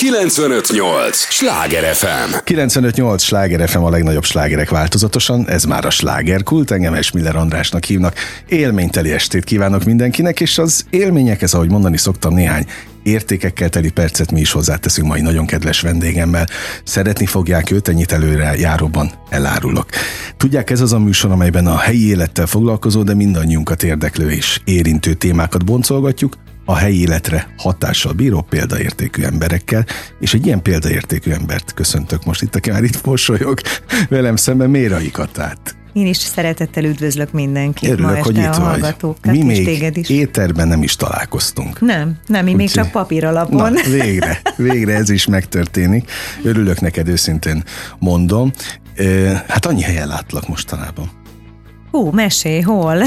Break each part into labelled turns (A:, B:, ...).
A: 95.8 Sláger FM.
B: 95.8 Sláger FM, a legnagyobb slágerek változatosan, ez már a slágerkult, engem Esmiller Andrásnak hívnak. Élményteli estét kívánok mindenkinek, és az élményekhez, ahogy mondani szoktam, néhány értékekkel teli percet mi is hozzáteszünk mai nagyon kedves vendégemmel. Szeretni fogják őt, ennyit előre járóban elárulok. Tudják, ez az a műsor, amelyben a helyi élettel foglalkozó, de mindannyiunkat érdeklő és érintő témákat boncolgatjuk, a helyi életre hatással bíró példaértékű emberekkel, és egy ilyen példaértékű embert köszöntök most itt, aki már itt mosolyog velem szemben, Mérai Katát.
C: Én is szeretettel üdvözlök mindenkit.
B: Örülök,
C: ma
B: hogy
C: este
B: itt
C: a
B: vagy.
C: hallgatókat,
B: Mi
C: és
B: még
C: téged is.
B: éterben nem is találkoztunk.
C: Nem, mi még csak papíralapon.
B: Na, végre ez is megtörténik. Örülök neked, őszintén mondom. Hát annyi helyen látlak mostanában.
C: Mesélj, hol?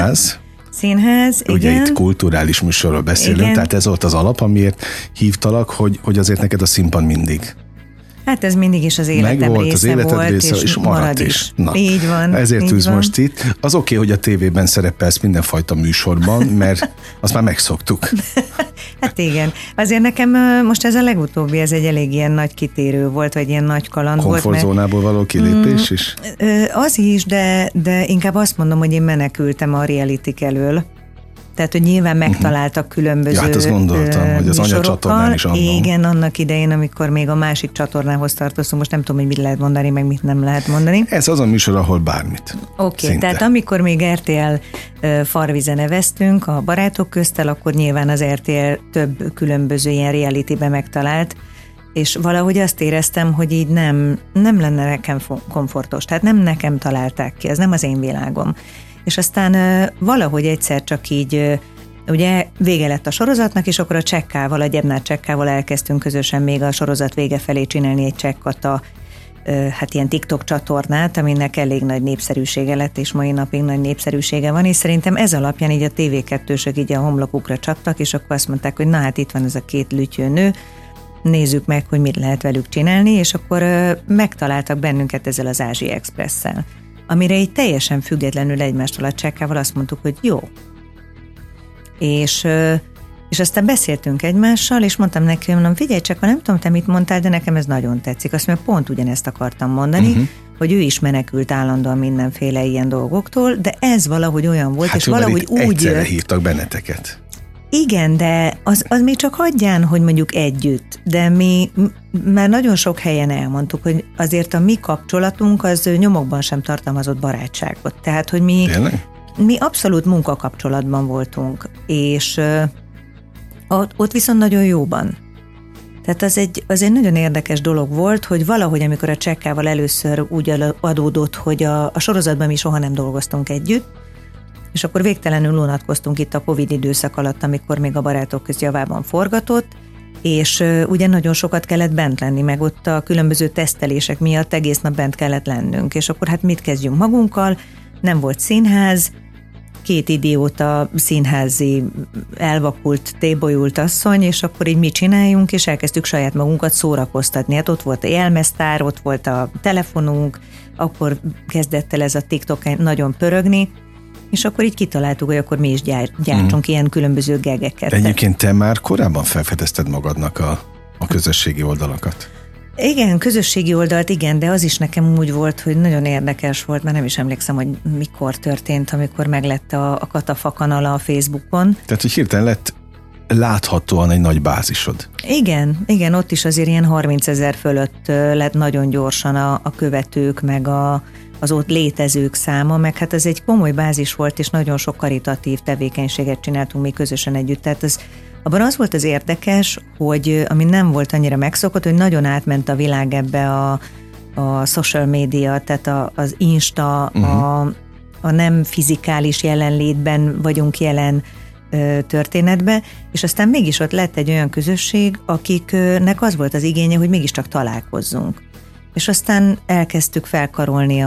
C: Színház,
B: ugye
C: igen.
B: itt kulturális műsorról beszélünk,
C: igen.
B: Tehát ez volt az alap, amiért hívtalak, hogy azért neked a színpad mindig.
C: Hát ez mindig is az életem része volt, és marad is.
B: Na,
C: így van.
B: Ezért
C: így
B: ülsz
C: van.
B: most itt. Az oké, hogy a tévében szerepelsz mindenfajta műsorban, mert azt már megszoktuk.
C: Hát igen. Azért nekem most ez a legutóbbi, ez egy elég ilyen nagy kitérő volt, vagy ilyen nagy kaland volt.
B: Komfortzónából való kilépés is?
C: Az is, de inkább azt mondom, hogy én menekültem a realitik elől. Tehát, hogy nyilván megtaláltak különböző
B: hát azt gondoltam, hogy az anyacsatornán is annak.
C: Igen, annak idején, amikor még a másik csatornához tartoztunk, most nem tudom, hogy mit lehet mondani, meg mit nem lehet mondani.
B: Ez az a műsor, ahol bármit.
C: Oké, tehát amikor még RTL Farvize neveztünk a barátok köztel, akkor nyilván az RTL több különböző ilyen realitybe megtalált, és valahogy azt éreztem, hogy így nem lenne nekem komfortos, tehát nem nekem találták ki, ez nem az én világom. És valahogy egyszer csak így, ugye vége lett a sorozatnak, és akkor a Csekkával, a Gyebnár Csekkával elkezdtünk közösen még a sorozat vége felé csinálni egy Csekkata, hát ilyen TikTok csatornát, aminek elég nagy népszerűsége lett, és mai napig nagy népszerűsége van, és szerintem ez alapján így a TV2-sök így a homlokukra csaptak, és akkor azt mondták, hogy na hát itt van ez a két lütyőnő, nézzük meg, hogy mit lehet velük csinálni, és akkor megtaláltak bennünket ezzel az Ázsia Expresszel. Amire így teljesen függetlenül egymástól a Csekkával azt mondtuk, hogy jó. És aztán beszéltünk egymással, és mondtam neki, mondom, figyelj csak, nem tudom, te mit mondtál, de nekem ez nagyon tetszik. Azt mondja, pont ugyanezt akartam mondani, hogy ő is menekült állandóan mindenféle ilyen dolgoktól, de ez valahogy olyan volt,
B: hát
C: és valahogy úgy
B: egyszerre
C: jött.
B: hívtak benneteket.
C: Igen, de az még csak hagyján, hogy mondjuk együtt, de mi már nagyon sok helyen elmondtuk, hogy azért a mi kapcsolatunk az nyomokban sem tartalmazott barátságot. Tehát, hogy mi abszolút munkakapcsolatban voltunk, és ott viszont nagyon jóban. Tehát az egy nagyon érdekes dolog volt, hogy valahogy, amikor a Csekkával először úgy adódott, hogy a sorozatban mi soha nem dolgoztunk együtt, és akkor végtelenül unatkoztunk itt a Covid időszak alatt, amikor még a barátok közt javában forgatott, és ugye nagyon sokat kellett bent lenni, meg ott a különböző tesztelések miatt egész nap bent kellett lennünk, és akkor hát mit kezdjünk magunkkal, nem volt színház, két idióta színházi elvakult, tébolyult asszony, és akkor így mit csináljunk, és elkezdtük saját magunkat szórakoztatni. Hát ott volt a jelmeztár, ott volt a telefonunk, akkor kezdett el ez a TikTok nagyon pörögni, és akkor így kitaláltuk, hogy akkor mi is gyártsunk ilyen különböző gegeket.
B: De egyébként te már korábban felfedezted magadnak a közösségi oldalakat.
C: Igen, közösségi oldalt igen, de az is nekem úgy volt, hogy nagyon érdekes volt, mert nem is emlékszem, hogy mikor történt, amikor meglett a Katafa kanala a Facebookon.
B: Tehát, hogy hirtelen lett láthatóan egy nagy bázisod.
C: Igen, ott is azért ilyen 30 000 fölött lett nagyon gyorsan a követők, meg az ott létezők száma, meg hát ez egy komoly bázis volt, és nagyon sok karitatív tevékenységet csináltunk mi közösen együtt. Tehát abban az volt az érdekes, hogy ami nem volt annyira megszokott, hogy nagyon átment a világ ebbe a social media, tehát az Insta, a nem fizikális jelenlétben vagyunk jelen történetbe, és aztán mégis ott lett egy olyan közösség, akiknek az volt az igénye, hogy mégiscsak találkozzunk. És aztán elkezdtük felkarolni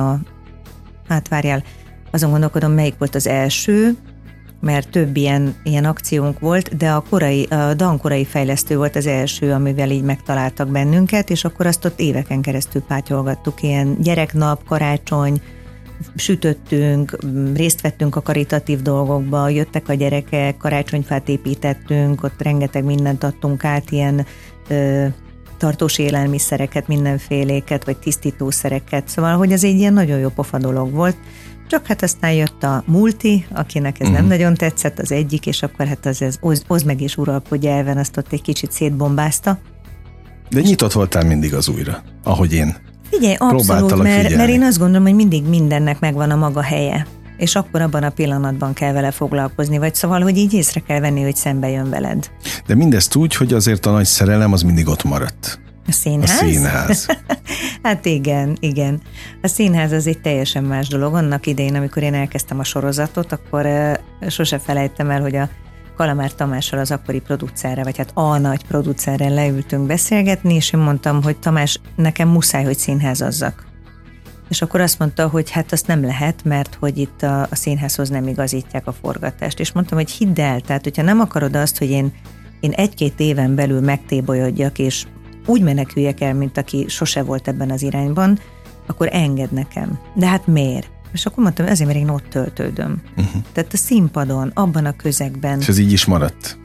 C: azon gondolkodom, melyik volt az első, mert több ilyen akciónk volt, de a Dan korai fejlesztő volt az első, amivel így megtaláltak bennünket, és akkor azt ott éveken keresztül pátyolgattuk, ilyen gyereknap, karácsony, sütöttünk, részt vettünk a karitatív dolgokba, jöttek a gyerekek, karácsonyfát építettünk, ott rengeteg mindent adtunk át, ilyen tartós élelmiszereket, mindenféléket, vagy tisztítószereket, szóval, hogy ez egy ilyen nagyon jó pofa dolog volt. Csak hát aztán jött a multi, akinek ez nem nagyon tetszett, az egyik, és akkor hát az oszd meg és uralkodj elven, azt ott egy kicsit szétbombázta.
B: De nyitott voltál mindig az újra, ahogy én.
C: Figyelj, abszolút, mert én azt gondolom, hogy mindig mindennek megvan a maga helye, és akkor abban a pillanatban kell vele foglalkozni, vagy szóval, hogy így észre kell venni, hogy szembe jön veled.
B: De mindezt úgy, hogy azért a nagy szerelem az mindig ott maradt.
C: A színház?
B: A színház.
C: Hát igen. A színház az egy teljesen más dolog. Annak idején, amikor én elkezdtem a sorozatot, akkor sose felejtem el, hogy a Kalamár Tamással, az akkori producerre, vagy hát a nagy producerrel leültünk beszélgetni, és én mondtam, hogy Tamás, nekem muszáj, hogy színházazzak. És akkor azt mondta, hogy hát azt nem lehet, mert hogy itt a színházhoz nem igazítják a forgatást. És mondtam, hogy hidd el, tehát hogyha nem akarod azt, hogy én 1-2 éven belül megtébolyodjak, és úgy meneküljek el, mint aki sose volt ebben az irányban, akkor engedd nekem. De hát miért? És akkor mondtam, ezért, mert én ott töltődöm. Tehát a színpadon, abban a közegben.
B: És ez így is maradt?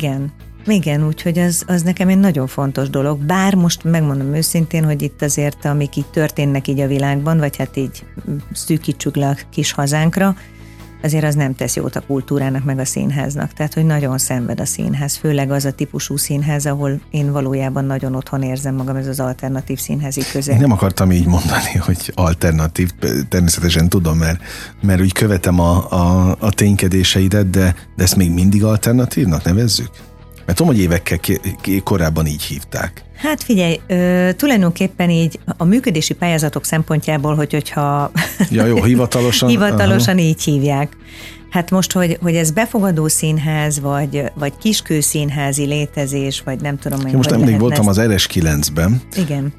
C: Igen, úgyhogy az nekem egy nagyon fontos dolog. Bár most megmondom őszintén, hogy itt azért, amik így történnek így a világban, vagy hát így szűkítsük le a kis hazánkra, azért az nem tesz jót a kultúrának, meg a színháznak. Tehát, hogy nagyon szenved a színház, főleg az a típusú színház, ahol én valójában nagyon otthon érzem magam, ez az alternatív színházi közeg.
B: Nem akartam így mondani, hogy alternatív, természetesen tudom, mert úgy követem a ténykedéseidet, de ezt még mindig alternatívnak nevezzük? Mert tudom, hogy évekkel korábban így hívták.
C: Hát figyelj, tulajdonképpen így a működési pályázatok szempontjából, hogyha
B: ja, jó, hivatalosan
C: így hívják. Hát most, hogy ez befogadó színház, vagy kiskőszínházi létezés, vagy nem tudom én.
B: Most nemrég voltam az RS9-ben.
C: Igen.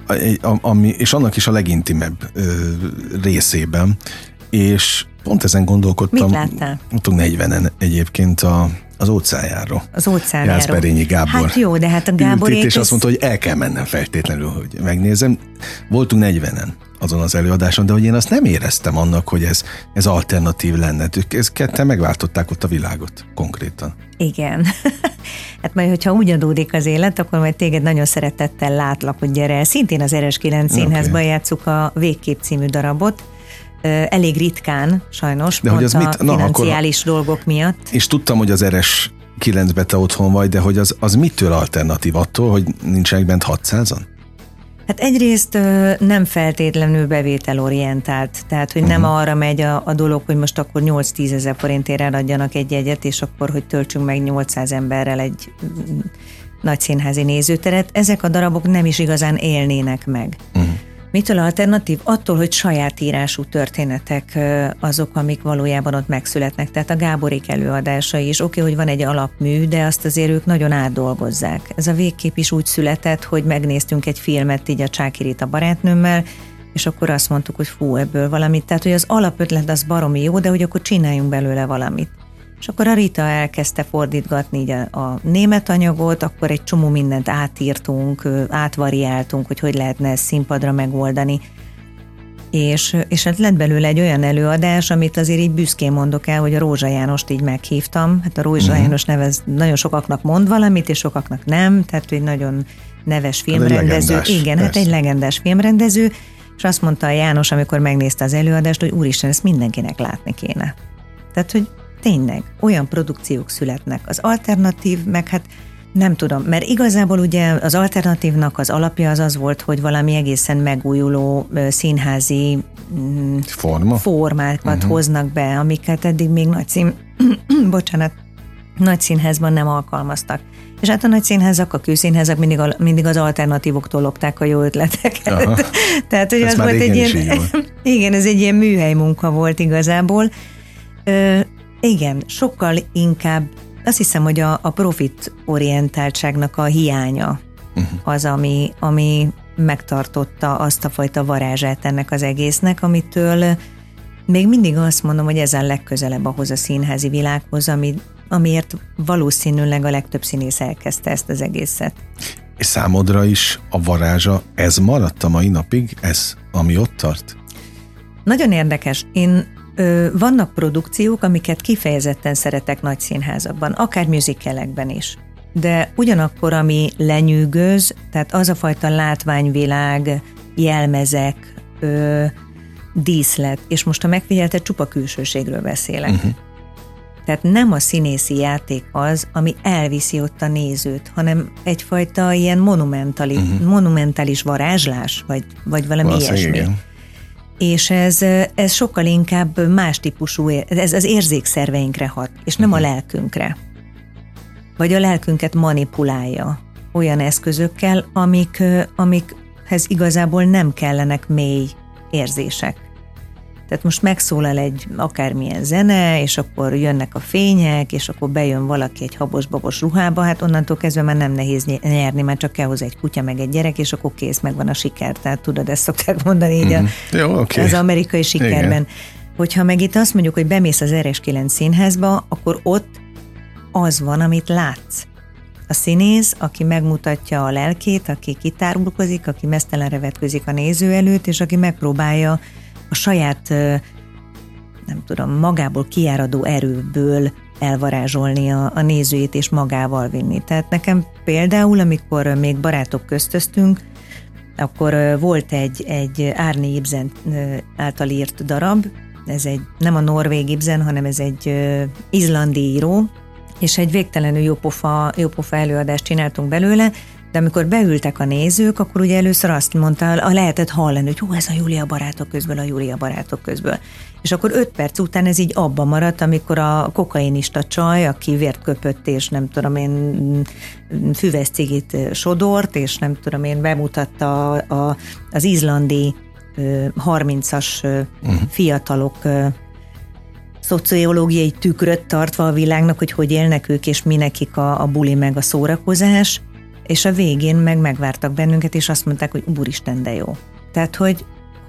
B: És annak is a legintimebb részében, és pont ezen gondolkodtam.
C: Mit láttál?
B: Voltunk 40-en egyébként az óceánjáról.
C: Az óceánjáról.
B: Jászberényi Gábor.
C: Hát jó, de hát a Gáborék...
B: És azt mondta, hogy el kell mennem feltétlenül, hogy megnézem. Voltunk 40-en azon az előadáson, de hogy én azt nem éreztem annak, hogy ez alternatív lenne. Ők ketten megváltották ott a világot, konkrétan.
C: Igen. Hát majd, hogyha úgy adódik az élet, akkor majd téged nagyon szeretettel látlak, hogy gyere el. Szintén az RS9 színházban játsszuk a Végkép című darabot. Elég ritkán, sajnos,
B: de
C: pont a financiális dolgok miatt.
B: És tudtam, hogy az RS9-be te otthon vagy, de hogy az mitől alternatív? Attól, hogy nincsenek bent 600-an?
C: Hát egyrészt nem feltétlenül bevételorientált, tehát hogy nem arra megy a dolog, hogy most akkor 8-10 ezer forintért eladjanak egy jegyet, és akkor, hogy töltsünk meg 800 emberrel egy nagy színházi nézőteret. Ezek a darabok nem is igazán élnének meg. Mitől alternatív? Attól, hogy saját írású történetek azok, amik valójában ott megszületnek. Tehát a Gáborék előadásai is. Oké, hogy van egy alapmű, de azt azért ők nagyon átdolgozzák. Ez a Végkép is úgy született, hogy megnéztünk egy filmet így a Csáki Rita barátnőmmel, és akkor azt mondtuk, hogy fú, ebből valamit. Tehát, hogy az alapötlet az baromi jó, de hogy akkor csináljunk belőle valamit. És akkor a Rita elkezdte fordítgatni így a német anyagot, akkor egy csomó mindent átírtunk, átvariáltunk, hogy lehetne ezt színpadra megoldani. És hát lett belőle egy olyan előadás, amit azért így büszkén mondok el, hogy a Rózsa Jánost így meghívtam. Hát a Rózsa János nevez nagyon sokaknak mond valamit, és sokaknak nem, tehát egy nagyon neves filmrendező. Igen, hát egy legendás filmrendező, és azt mondta a János, amikor megnézte az előadást, hogy úristen, ezt mindenkinek látni kéne. Tehát, hogy tényleg olyan produkciók születnek. Az alternatív, meg hát nem tudom, mert igazából ugye az alternatívnak az alapja az volt, hogy valami egészen megújuló színházi formákat hoznak be, amiket eddig még nagy színházban nem alkalmaztak. És hát a nagy színházak, a kőszínházak mindig az alternatívoktól lopták a jó ötleteket. Tehát, hogy ez volt egy ilyen... Igen, ez egy ilyen műhely munka volt igazából. Igen, sokkal inkább azt hiszem, hogy a profit orientáltságnak a hiánya az, ami megtartotta azt a fajta varázsát ennek az egésznek, amitől még mindig azt mondom, hogy ez a legközelebb ahhoz a színházi világhoz, amiért valószínűleg a legtöbb színész elkezdte ezt az egészet.
B: És számodra is a varázsa, ez maradt a mai napig, ez, ami ott tart?
C: Nagyon érdekes. vannak produkciók, amiket kifejezetten szeretek nagy színházakban, akár musicalekben is. de ugyanakkor, ami lenyűgöz, tehát az a fajta látványvilág, jelmezek, díszlet, és most ha megfigyelted, csupa külsőségről beszélek. Tehát nem a színészi játék az, ami elviszi ott a nézőt, hanem egyfajta ilyen monumentális varázslás, vagy valami ilyesmi. Igen. És ez sokkal inkább más típusú, ez az érzékszerveinkre hat, és nem a lelkünkre. Vagy a lelkünket manipulálja olyan eszközökkel, amikhez igazából nem kellenek mély érzések. Tehát most megszólal egy akármilyen zene, és akkor jönnek a fények, és akkor bejön valaki egy habos-babos ruhába, hát onnantól kezdve már nem nehéz nyerni, már csak kell hozzá egy kutya, meg egy gyerek, és akkor kész, megvan a siker. Tehát tudod, ezt szokták mondani így az amerikai sikerben. Igen. Hogyha meg itt azt mondjuk, hogy bemész az RS9 színházba, akkor ott az van, amit látsz. A színész, aki megmutatja a lelkét, aki kitárulkozik, aki meztelenre vetközik a néző előtt, és aki megpróbálja a saját, nem tudom, magából kiáradó erőből elvarázsolni a nézőjét és magával vinni. Tehát nekem például, amikor még barátok köztöztünk, akkor volt egy Árni Ibsen által írt darab, ez nem a norvég Ibsen, hanem ez egy izlandi író, és egy végtelenül jópofa előadást csináltunk belőle, de amikor beültek a nézők, akkor ugye először azt mondta, lehetett hallani, hogy hú, ez a Júlia barátok közből. És akkor 5 perc után ez így abba maradt, amikor a kokainista csaj, aki vért köpött, és nem tudom én, füves cigit sodort, és nem tudom én, bemutatta az izlandi 30-as fiatalok szociológiai tükröt tartva a világnak, hogy élnek ők, és mi nekik a buli meg a szórakozás, és a végén megvártak bennünket, és azt mondták, hogy úristen, de jó. Tehát, hogy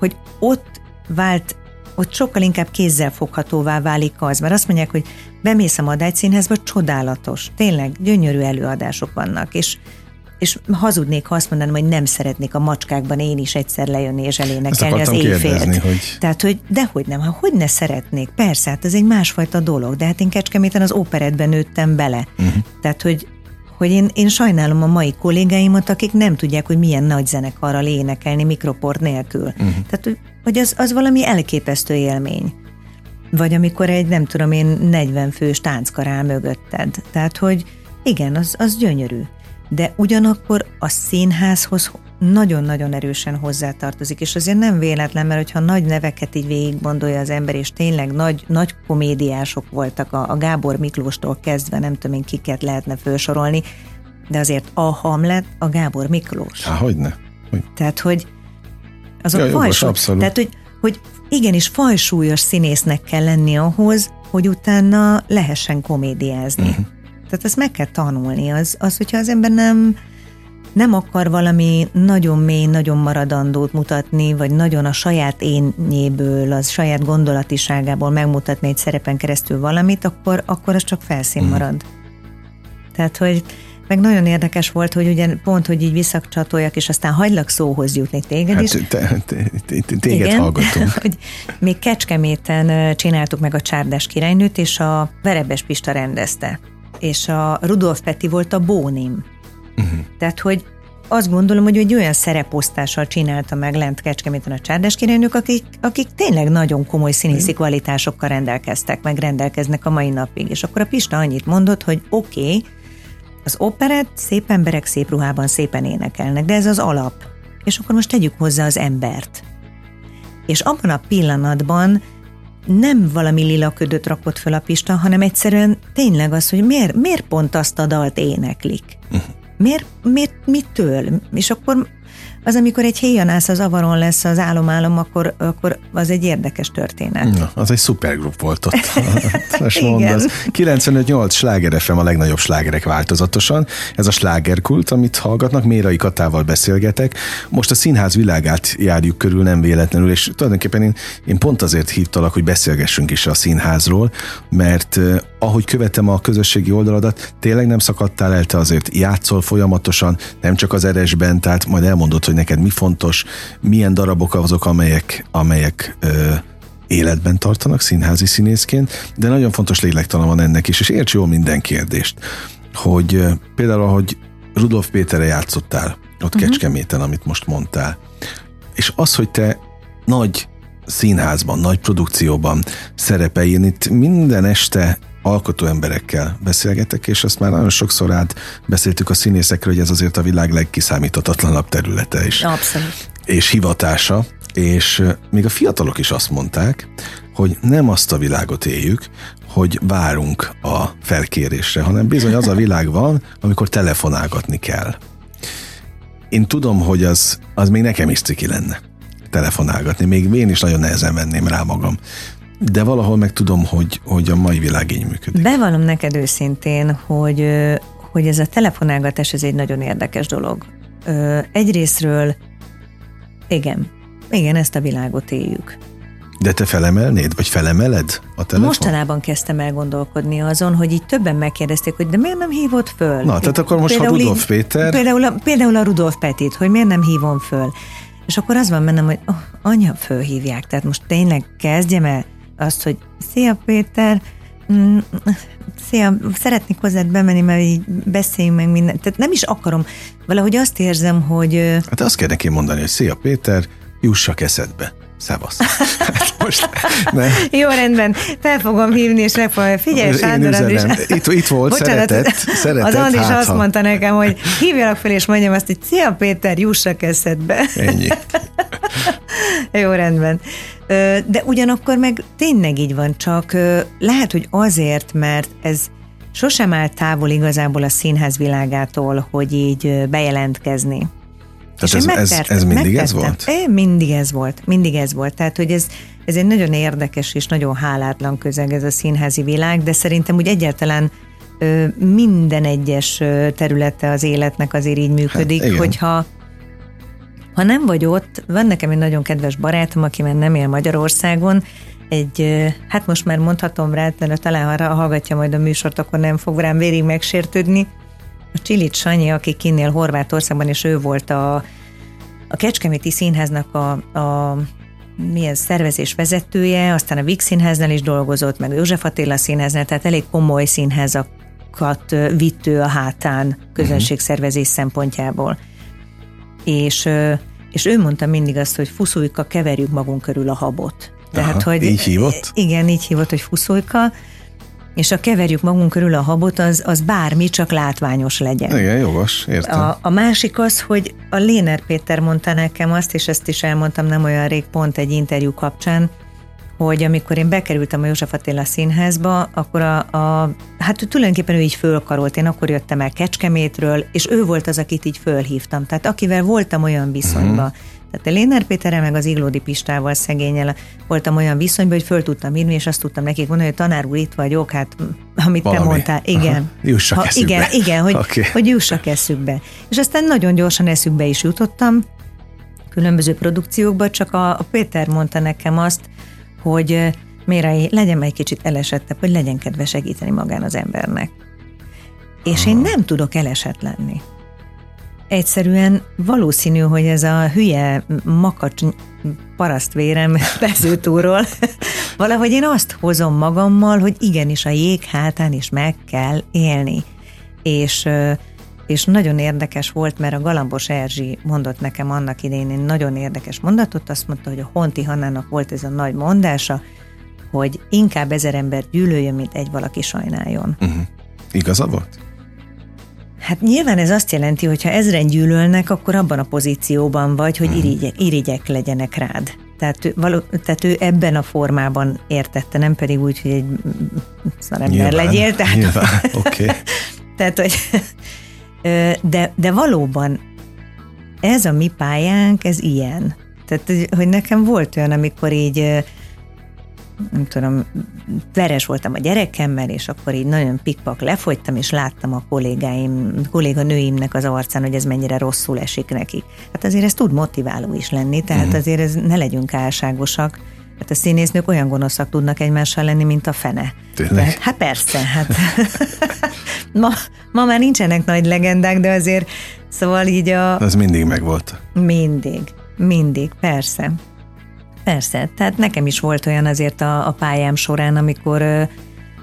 C: ott sokkal inkább kézzelfoghatóvá válik az, mert azt mondják, hogy bemész a Madágy Színházba, csodálatos, tényleg gyönyörű előadások vannak, és hazudnék, ha azt mondanám, hogy nem szeretnék a macskákban én is egyszer lejönni és elénekelni az éjfélt. Tehát, hogy dehogy nem, hogy ne szeretnék. Persze, hát ez egy másfajta dolog, de hát én Kecskeméten az operettben nőttem bele. Tehát, hogy én sajnálom a mai kollégáimat, akik nem tudják, hogy milyen nagy zenekarral énekelni mikroport nélkül. Tehát, hogy az valami elképesztő élmény. Vagy amikor egy, nem tudom én, 40 fős tánckar áll mögötted. Tehát, hogy igen, az gyönyörű. De ugyanakkor a színházhoz nagyon-nagyon erősen hozzátartozik, és azért nem véletlen, mert hogyha nagy neveket így végig gondolja az ember, és tényleg nagy komédiások voltak, a Gábor Miklóstól kezdve, nem tudom én kiket lehetne felsorolni, de azért a Hamlet a Gábor Miklós.
B: Hogyne.
C: Tehát, hogy azok fajsúlyos. Tehát, hogy igenis fajsúlyos színésznek kell lenni ahhoz, hogy utána lehessen komédiázni. Tehát ezt meg kell tanulni. Az, hogyha az ember nem akar valami nagyon mély, nagyon maradandót mutatni, vagy nagyon a saját énjéből, az saját gondolatiságából megmutatni egy szerepen keresztül valamit, akkor az csak felszín marad. Tehát, hogy meg nagyon érdekes volt, hogy ugye pont, hogy így visszacsatoljak, és aztán hagylak szóhoz jutni téged is.
B: Téged hallgatunk.
C: Hogy még Kecskeméten csináltuk meg a Csárdás királynőt, és a Verebes Pista rendezte. És a Rudolf Peti volt a bónim. Tehát, hogy azt gondolom, hogy egy olyan szereposztással csinálta meg lent Kecskeméten a Csárdás királynők, akik tényleg nagyon komoly színészi kvalitásokkal rendelkeznek a mai napig. És akkor a Pista annyit mondott, hogy oké, az operett, szép emberek szép ruhában szépen énekelnek, de ez az alap. És akkor most tegyük hozzá az embert. És abban a pillanatban nem valami lila ködöt rakott föl a Pista, hanem egyszerűen tényleg az, hogy miért pont azt a dalt éneklik. Mitől? És akkor az, amikor egy héjanász az avaron lesz az álom, akkor az egy érdekes történet.
B: Na, az egy szupergrup volt ott. Most mondasz. 95-8 Sláger FM, a legnagyobb slágerek változatosan. Ez a slágerkult, amit hallgatnak, Mérai Katával beszélgetek. Most a színház világát járjuk körül, nem véletlenül, és tulajdonképpen én pont azért hívtalak, hogy beszélgessünk is a színházról, mert ahogy követem a közösségi oldaladat, tényleg nem szakadtál el, te azért játszol folyamatosan, nem csak az Eresben, tehát majd elmondod, hogy neked mi fontos, milyen darabok azok, amelyek életben tartanak színházi színészként, de nagyon fontos lélektana van ennek is, és érts jól minden kérdést. hogy például, ahogy Rudolf Péterre játszottál, ott Kecskeméten, amit most mondtál, és az, hogy te nagy színházban, nagy produkcióban szerepeljen, itt minden este alkotó emberekkel beszélgetek, és azt már nagyon sokszor beszéltük a színészekről, hogy ez azért a világ legkiszámíthatatlanabb területe is.
C: Abszolút.
B: És hivatása, és még a fiatalok is azt mondták, hogy nem azt a világot éljük, hogy várunk a felkérésre, hanem bizony az a világ van, amikor telefonálgatni kell. Én tudom, hogy az még nekem is ciki lenne telefonálgatni, még én is nagyon nehezen venném rá magam. De valahol meg tudom, hogy a mai világ így működik.
C: Bevallom neked őszintén, hogy ez a telefonálgatás, ez egy nagyon érdekes dolog. Egyrészről, igen, ezt a világot éljük.
B: De te felemelnéd, vagy felemeled a telefon?
C: Mostanában kezdtem el gondolkodni azon, hogy így többen megkérdezték, hogy de miért nem hívod föl?
B: Na, tehát akkor most
C: például
B: a Rudolf Péter...
C: Például a Rudolf Petit, hogy miért nem hívom föl? És akkor az van bennem, hogy anya, fölhívják. Tehát most tényleg kezdjem el azt, hogy szia Péter, szia, szeretnék hozzád bemenni, mert így beszéljünk meg minden. Tehát nem is akarom. Valahogy azt érzem, hogy...
B: Hát azt kell neki mondani, hogy szia Péter, jussak eszedbe. Szevasz. Hát most, ne.
C: Jó, rendben, fel fogom hívni, és megfogom. Figyelj, Sándor Andris.
B: Itt volt, bocsánat, szeretett.
C: Az Andris azt mondta nekem, hogy hívjalak fel, és mondjam azt, hogy szia Péter, jussak eszedbe.
B: Ennyi.
C: Jó, rendben. De ugyanakkor meg tényleg így van, csak lehet, hogy azért, mert ez sosem áll távol igazából a színház világától, hogy így bejelentkezni.
B: Tehát ez mindig ez volt?
C: Mindig ez volt. Tehát, hogy ez egy nagyon érdekes és nagyon hálátlan közeg ez a színházi világ, de szerintem úgy egyáltalán minden egyes területe az életnek azért így működik, hát, hogyha nem vagy ott, van nekem egy nagyon kedves barátom, aki már nem él Magyarországon, hát most már mondhatom rá, talán ha hallgatja majd a műsort, akkor nem fog rám vérig megsértődni, a Csilics Sanyi, aki kinnél Horvátországban, és ő volt a Kecskeméti Színháznak a milyen szervezés vezetője, aztán a Víg Színháznál is dolgozott, meg a József Attila Színháznál, tehát elég komoly színházakat vitt ő a hátán közönségszervezés szempontjából. És ő mondta mindig azt, hogy Fuszujka, keverjük magunk körül a habot. Tehát, hogy
B: így hívott?
C: Igen, így hívott, hogy Fuszujka, és a keverjük magunk körül a habot, az bármi, csak látványos legyen.
B: Igen, jogos, értem.
C: A másik az, hogy a Léner Péter mondta nekem azt, és ezt is elmondtam nem olyan rég, pont egy interjú kapcsán, hogy amikor én bekerültem a József Attila Színházba, akkor hát tulajdonképpen ő így fölkarolt. Én akkor jöttem el Kecskemétről, és ő volt az, akit így fölhívtam. Tehát akivel voltam olyan viszonyban. Tehát a Léner Péterrel meg az Iglódi Pistával, szegénnyel voltam olyan viszonyban, hogy föl tudtam írni, és azt tudtam nekik mondani, hogy tanár úr, itt vagyok, hát amit valami. Te mondtál, igen.
B: Jussak eszükbe.
C: Igen, hogy jussak eszükbe. És aztán nagyon gyorsan eszükbe is jutottam, különböző produkciókba, csak a Péter mondta nekem azt, hogy Mérai, legyen egy kicsit elesettebb, hogy legyen kedve segíteni magán az embernek. És én nem tudok elesett lenni. Egyszerűen valószínű, hogy ez a hülye makacs parasztvérem Pezőtúról, valahogy én azt hozom magammal, hogy igenis a jég hátán is meg kell élni. És nagyon érdekes volt, mert a Galambos Erzsi mondott nekem annak idején egy nagyon érdekes mondatot, azt mondta, hogy a Honti Hannának volt ez a nagy mondása, hogy inkább 1000 ember gyűlöljön, mint egy valaki sajnáljon.
B: Igaza volt?
C: Hát nyilván ez azt jelenti, hogy ha 1000-en gyűlölnek, akkor abban a pozícióban vagy, hogy irigyek legyenek rád. Tehát ő ebben a formában értette, nem pedig úgy, hogy egy szarember legyél.
B: Nyilván, oké.
C: Tehát, hogy de valóban ez a mi pályánk, ez ilyen. Tehát, hogy nekem volt olyan, amikor így nem tudom, veres voltam a gyerekemmel, és akkor így nagyon pikpak lefogytam, és láttam a kolléganőimnek az arcán, hogy ez mennyire rosszul esik nekik. Hát azért ez tud motiváló is lenni, tehát azért ez ne legyünk álságosak. Hát a színésznők olyan gonoszak tudnak egymással lenni, mint a fene.
B: Tényleg?
C: Hát persze, hát ma már nincsenek nagy legendák, de azért szóval így
B: az mindig megvolt.
C: Mindig, persze. Persze, tehát nekem is volt olyan azért a pályám során, amikor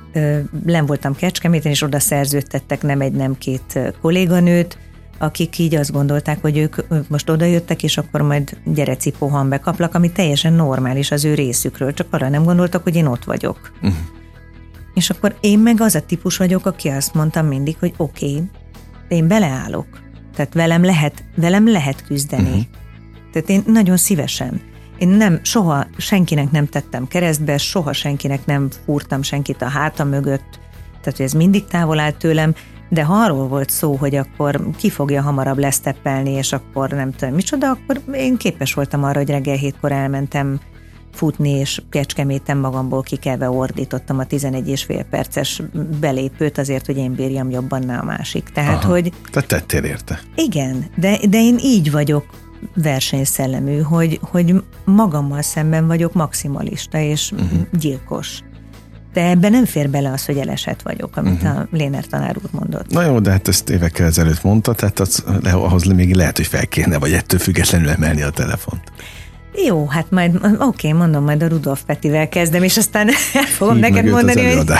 C: len voltam Kecskeméten, és oda szerződtettek nem egy, nem két kolléganőt, akik így azt gondolták, hogy ők most odajöttek, és akkor majd gyere cipóhan bekaplak, ami teljesen normális az ő részükről, csak arra nem gondoltak, hogy én ott vagyok. És akkor én meg az a típus vagyok, aki azt mondtam mindig, hogy oké, én beleállok. Tehát velem lehet küzdeni. Tehát én nagyon szívesen. Én soha senkinek nem tettem keresztbe, soha senkinek nem fúrtam senkit a háta mögött, tehát hogy ez mindig távol állt tőlem, de ha arról volt szó, hogy akkor ki fogja hamarabb leszteppelni, és akkor nem tudom micsoda, akkor én képes voltam arra, hogy reggel 7-kor elmentem futni, és Kecskeméten magamból kikelve ordítottam a 11,5 perces belépőt azért, hogy én bírjam jobban, ne a másik. Tehát, hogy...
B: Tehát tettél érte.
C: Igen, de én így vagyok versenyszellemű, hogy magammal szemben vagyok maximalista és gyilkos. De ebben nem fér bele az, hogy elesett vagyok, amit a Léner tanár úr mondott.
B: Na jó, de hát ezt évekkel ezelőtt mondta, tehát ahhoz még lehet, hogy fel kéne, vagy ettől függetlenül emelni a telefont.
C: Jó, hát majd, mondom, majd a Rudolf Petivel kezdem, és aztán el fogom neked mondani, hogy...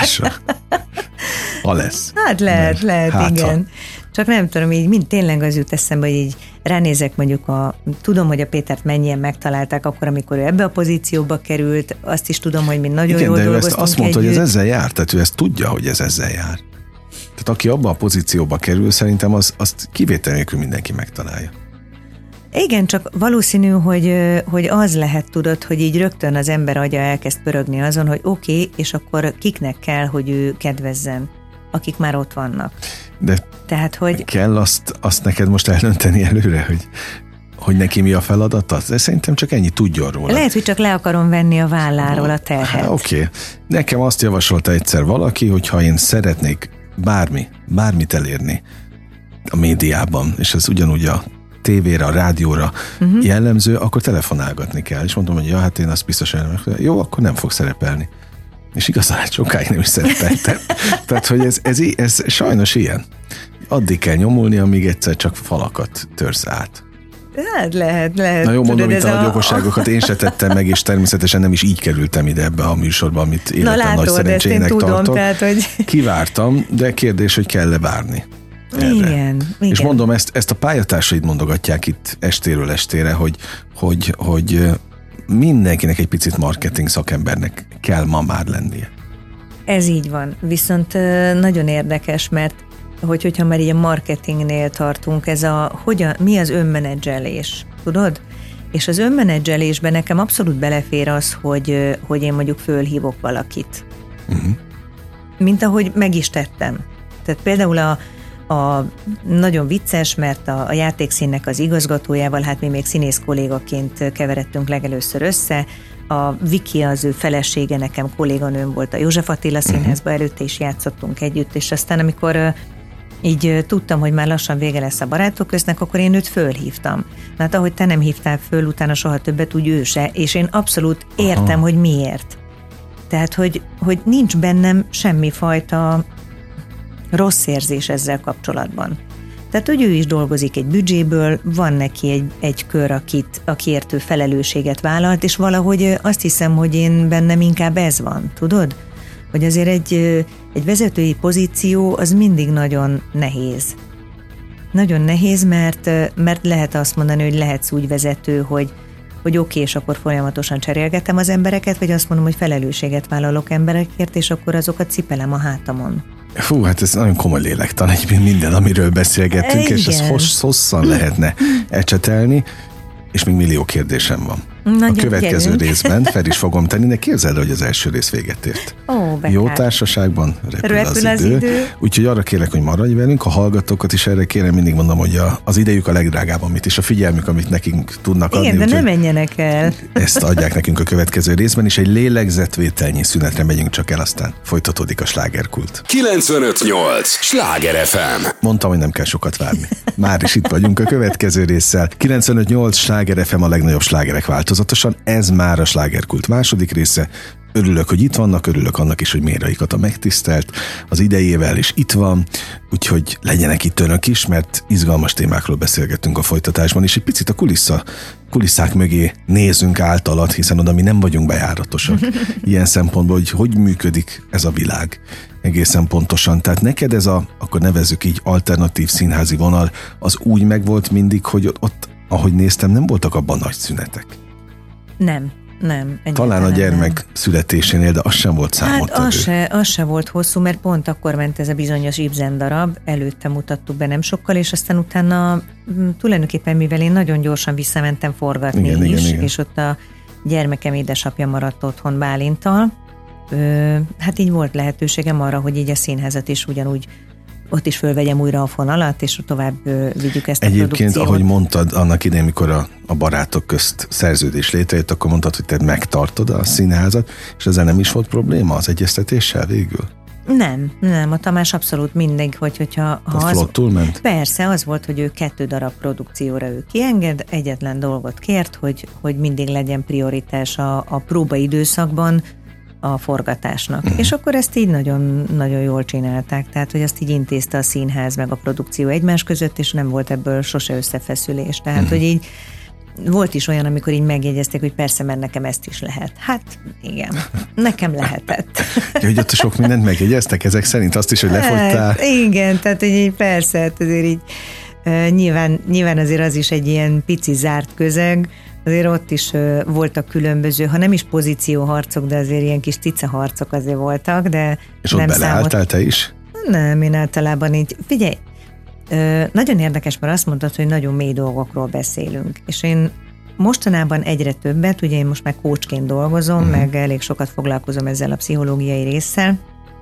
B: Ha lesz.
C: Hát lehet, igen. Csak nem tudom, így tényleg az jut eszembe, hogy így ránézek mondjuk tudom, hogy a Pétert mennyien megtalálták akkor, amikor ő ebbe a pozícióba került, azt is tudom, hogy mi nagyon
B: igen,
C: jól
B: de
C: dolgoztunk
B: ezt azt mondta,
C: együtt.
B: hogy ez ezzel jár, tehát ő ezt tudja, hogy ez ezzel jár. Tehát aki abba a pozícióba kerül, szerintem azt kivétel nélkül mindenki megtalálja.
C: Igen, csak valószínű, hogy az lehet, tudod, hogy így rögtön az ember agya elkezd pörögni azon, hogy oké, és akkor kiknek kell, hogy ő kedvezzen, akik már ott vannak.
B: De
C: tehát, hogy...
B: kell azt neked most eldönteni előre, hogy neki mi a feladata? De szerintem csak ennyi tudjon róla.
C: Lehet, hogy csak le akarom venni a válláról a terhet.
B: Oké. Nekem azt javasolta egyszer valaki, hogy ha én szeretnék bármit elérni a médiában, és ez ugyanúgy a tévére, a rádióra jellemző, akkor telefonálgatni kell. És mondom, hogy ja, hát én azt biztosan jó, akkor nem fog szerepelni. És igazán sokáig nem is szerepeltem. Tehát, hogy ez sajnos ilyen. Addig kell nyomulni, amíg egyszer csak falakat törsz át.
C: Hát lehet.
B: Na jó, mondom, itt a nagy okosságokat én se tettem meg, és természetesen nem is így kerültem ide ebbe a műsorba, amit életem nagy szerencsének tartok.
C: Tehát, hogy...
B: Kivártam, de kérdés, hogy kell-e várni.
C: Igen.
B: És mondom, ezt a pályatársaid mondogatják itt estéről estére, hogy mindenkinek egy picit marketing szakembernek kell ma már lennie.
C: Ez így van. Viszont nagyon érdekes, mert hogyha már így a marketingnél tartunk, mi az önmenedzselés, tudod? És az önmenedzselésben nekem abszolút belefér az, hogy én mondjuk fölhívok valakit. Mint ahogy meg is tettem. Tehát például a nagyon vicces, mert a játékszínnek az igazgatójával, hát mi még színész kollégaként keveredtünk legelőször össze, a Viki, az ő felesége, nekem kolléganőm volt a József Attila Színházba, előtte is játszottunk együtt, és aztán amikor így tudtam, hogy már lassan vége lesz a Barátok köznek, akkor én őt fölhívtam. Mert ahogy te nem hívtál föl, utána soha többet, úgy ő se, és én abszolút értem, hogy miért. Tehát, hogy nincs bennem semmifajta rossz érzés ezzel kapcsolatban. Tehát, hogy ő is dolgozik egy büdzséből, van neki egy kör, akiért ő felelősséget vállalt, és valahogy azt hiszem, hogy én bennem inkább ez van, tudod? Hogy azért egy vezetői pozíció az mindig nagyon nehéz. Nagyon nehéz, mert lehet azt mondani, hogy lehetsz úgy vezető, hogy oké, és akkor folyamatosan cserélgetem az embereket, vagy azt mondom, hogy felelősséget vállalok emberekért, és akkor azokat cipelem a hátamon.
B: Fú, hát ez nagyon komoly lélektan, egyébként minden, amiről beszélgettünk, és ezt hosszan lehetne ecsetelni, és még millió kérdésem van. A következő részben fel is fogom tenni, de képzeld, hogy az első rész véget ért. Jó társaságban repül az idő. Úgyhogy arra kérlek, hogy maradj velünk, a hallgatókat is erre kérem, mindig mondom, hogy az idejük a legdrágább, amit is a figyelmük, amit nekünk tudnak adni.
C: Igen, de ne menjenek el.
B: Ezt adják nekünk a következő részben, és egy lélegzetvételnyi szünetre megyünk csak el, aztán folytatódik a slágerkult.
A: 95.8 Sláger FM.
B: Mondtam, hogy nem kell sokat várni. Már is itt vagyunk a következő résszel. 95.8 Sláger FM, a legnagyobb slágerek változatosan. Ez már a slágerkult második része. Örülök, hogy itt vannak, örülök annak is, hogy Mérai Kata megtisztelt az idejével, és itt van, úgyhogy legyenek itt önök is, mert izgalmas témákról beszélgetünk a folytatásban, és egy picit a kulisszák mögé nézünk általad, hiszen oda mi nem vagyunk bejáratosak. Ilyen szempontból, hogy működik ez a világ egészen pontosan. Tehát neked ez akkor nevezzük így, alternatív színházi vonal, az úgy megvolt mindig, hogy ott, ahogy néztem, nem voltak abban nagy szünetek.
C: Nem.
B: Talán a gyermek születésénél, de az sem volt számottevő.
C: Hát az se volt hosszú, mert pont akkor ment ez a bizonyos Ibsen darab, előtte mutattuk be nem sokkal, és aztán utána tulajdonképpen, mivel én nagyon gyorsan visszamentem forgatni igen. És ott a gyermekem édesapja maradt otthon Bálinttal, hát így volt lehetőségem arra, hogy így a színházat is ugyanúgy ott is fölvegyem újra a fonalat, és tovább vigyük ezt a produkciót. Egyébként, ahogy mondtad annak idején, mikor a barátok közt szerződés létrejött, akkor mondtad, hogy te megtartod a színházat, és ezzel nem is volt probléma az egyeztetéssel végül? Nem, a Tamás abszolút mindig, hogyha
B: flottul ment?
C: Persze, az volt, hogy ő 2 darab produkcióra ő kienged, egyetlen dolgot kért, hogy mindig legyen prioritás a próbaidőszakban a forgatásnak. És akkor ezt így nagyon, nagyon jól csinálták, tehát hogy azt így intézte a színház meg a produkció egymás között, és nem volt ebből sose összefeszülés. Tehát, hogy így volt is olyan, amikor így megjegyezték, hogy persze, mert nekem ezt is lehet. Hát igen, nekem lehetett.
B: Hogy ott sok mindent megjegyeztek ezek szerint, azt is, hogy lefogytál?
C: Igen, tehát hogy így persze, hát azért így nyilván azért az is egy ilyen pici zárt közeg, azért ott is voltak különböző, ha nem is pozícióharcok, de azért ilyen kis cicaharcok azért voltak, de
B: és ott beleálltál te is?
C: Nem, én általában így, figyelj, nagyon érdekes, mert azt mondtad, hogy nagyon mély dolgokról beszélünk, és én mostanában egyre többet, ugye én most már coachként dolgozom, meg elég sokat foglalkozom ezzel a pszichológiai résszel,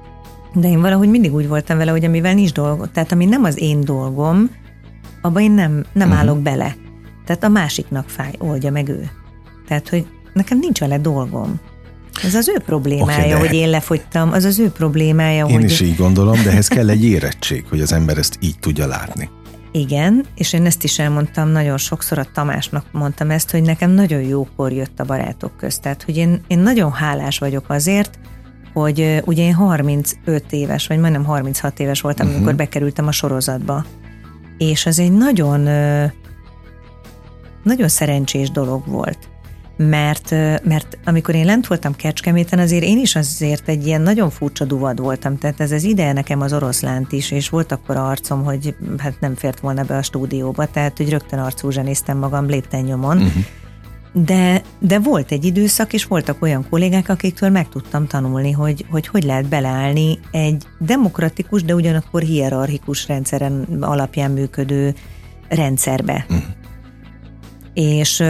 C: de én valahogy mindig úgy voltam vele, hogy amivel nincs dolgom, tehát ami nem az én dolgom, abban én nem állok bele. Tehát a másiknak fáj, oldja meg ő. Tehát, hogy nekem nincs vele dolgom. Ez az ő problémája, hogy én lefogytam, az az ő problémája.
B: Én is így gondolom, de ehhez kell egy érettség, hogy az ember ezt így tudja látni.
C: Igen, és én ezt is elmondtam nagyon sokszor, a Tamásnak mondtam ezt, hogy nekem nagyon jókor jött a barátok közt. Tehát, hogy én nagyon hálás vagyok azért, hogy ugye én 35 éves, vagy majdnem 36 éves voltam, amikor bekerültem a sorozatba. És az egy nagyon szerencsés dolog volt, mert amikor én lent voltam Kecskeméten, azért én is azért egy ilyen nagyon furcsa duvad voltam, tehát ez az ideje nekem az Oroszlánt is, és volt akkor arcom, hogy hát nem fért volna be a stúdióba, tehát hogy rögtön arcúzsa néztem magam léptennyomon, de volt egy időszak, és voltak olyan kollégák, akiktől meg tudtam tanulni, hogy lehet beleállni egy demokratikus, de ugyanakkor hierarchikus rendszeren alapján működő rendszerbe. És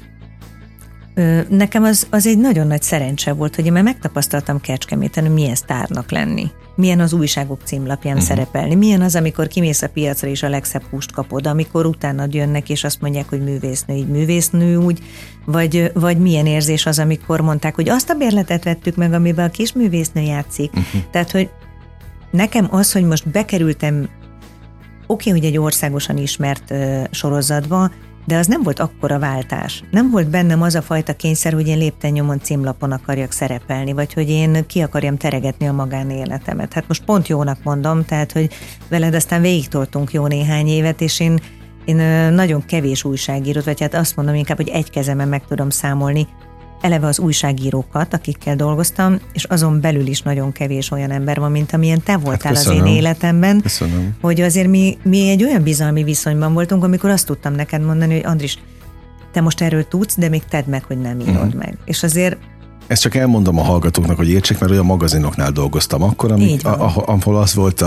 C: nekem az egy nagyon nagy szerencse volt, hogy én már megtapasztaltam Kecskeméten, hogy milyen sztárnak lenni. Milyen az újságok címlapján szerepelni. Milyen az, amikor kimész a piacra és a legszebb húst kapod, amikor utánad jönnek és azt mondják, hogy művésznő, így művésznő úgy, vagy milyen érzés az, amikor mondták, hogy azt a bérletet vettük meg, amiben a kis művésznő játszik. Tehát, hogy nekem az, hogy most bekerültem oké, hogy egy országosan ismert sorozatba, de az nem volt akkora váltás. Nem volt bennem az a fajta kényszer, hogy én léptennyomon címlapon akarjak szerepelni, vagy hogy én ki akarjam teregetni a magánéletemet. Hát most pont jónak mondom, tehát, hogy veled aztán végigtoltunk jó néhány évet, és én nagyon kevés újságírót, vagy hát azt mondom inkább, hogy egy kezemen meg tudom számolni eleve az újságírókat, akikkel dolgoztam, és azon belül is nagyon kevés olyan ember van, mint amilyen te voltál az én életemben.
B: Köszönöm.
C: Hogy azért mi egy olyan bizalmi viszonyban voltunk, amikor azt tudtam neked mondani, hogy Andris, te most erről tudsz, de még tedd meg, hogy nem írod meg. És azért
B: ezt csak elmondom a hallgatóknak, hogy értsék, mert olyan magazinoknál dolgoztam akkor, ahol az volt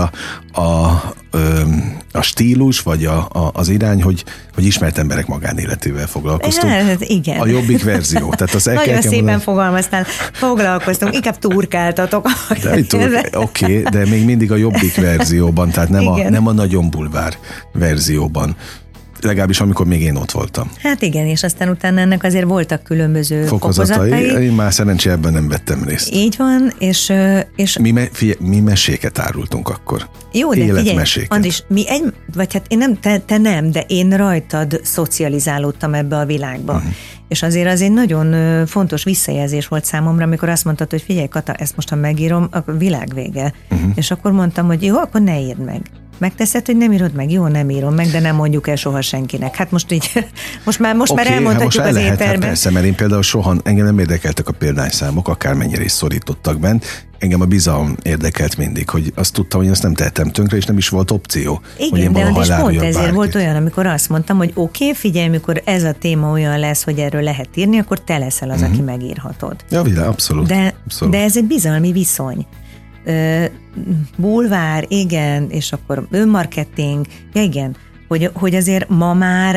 B: a stílus, vagy az irány, hogy ismert emberek magánéletével foglalkoztunk.
C: Hát, igen.
B: A jobbik verzió. Tehát az
C: nagyon szépen fogalmaztál, foglalkoztunk, inkább turkáltatok.
B: Oké, de még mindig a jobbik verzióban, tehát nem a nagyon bulvár verzióban. Legalábbis amikor még én ott voltam.
C: Hát igen, és aztán utána ennek azért voltak különböző fokozatai.
B: Én már szerencsére ebben nem vettem részt.
C: Így van, és
B: mi meséket árultunk akkor.
C: Jó, de figyelj, Andris, vagy hát én nem, te nem, de én rajtad szocializálódtam ebbe a világba. Uh-huh. És azért az egy nagyon fontos visszajelzés volt számomra, amikor azt mondtad, hogy figyelj Kata, ezt most ha megírom, a világ vége. Uh-huh. És akkor mondtam, hogy jó, akkor ne írd meg. Megteszed, hogy nem írod meg? Jó, nem írom meg, de nem mondjuk el soha senkinek. Hát most így, most már elmondhatjuk az éterben. Hát
B: persze, mert én például soha, engem nem érdekeltek a példányszámok, akármennyire is szorítottak bent. Engem a bizalom érdekelt mindig, hogy azt tudtam, hogy azt nem tehetem tönkre, és nem is volt opció.
C: Igen, de és pont ezért volt olyan, amikor azt mondtam, hogy oké, figyelj, mikor ez a téma olyan lesz, hogy erről lehet írni, akkor te leszel az, aki megírhatod.
B: Ja, abszolút.
C: De ez egy bizalmi viszony. Bulvár, igen, és akkor önmarketing, ja igen, hogy azért ma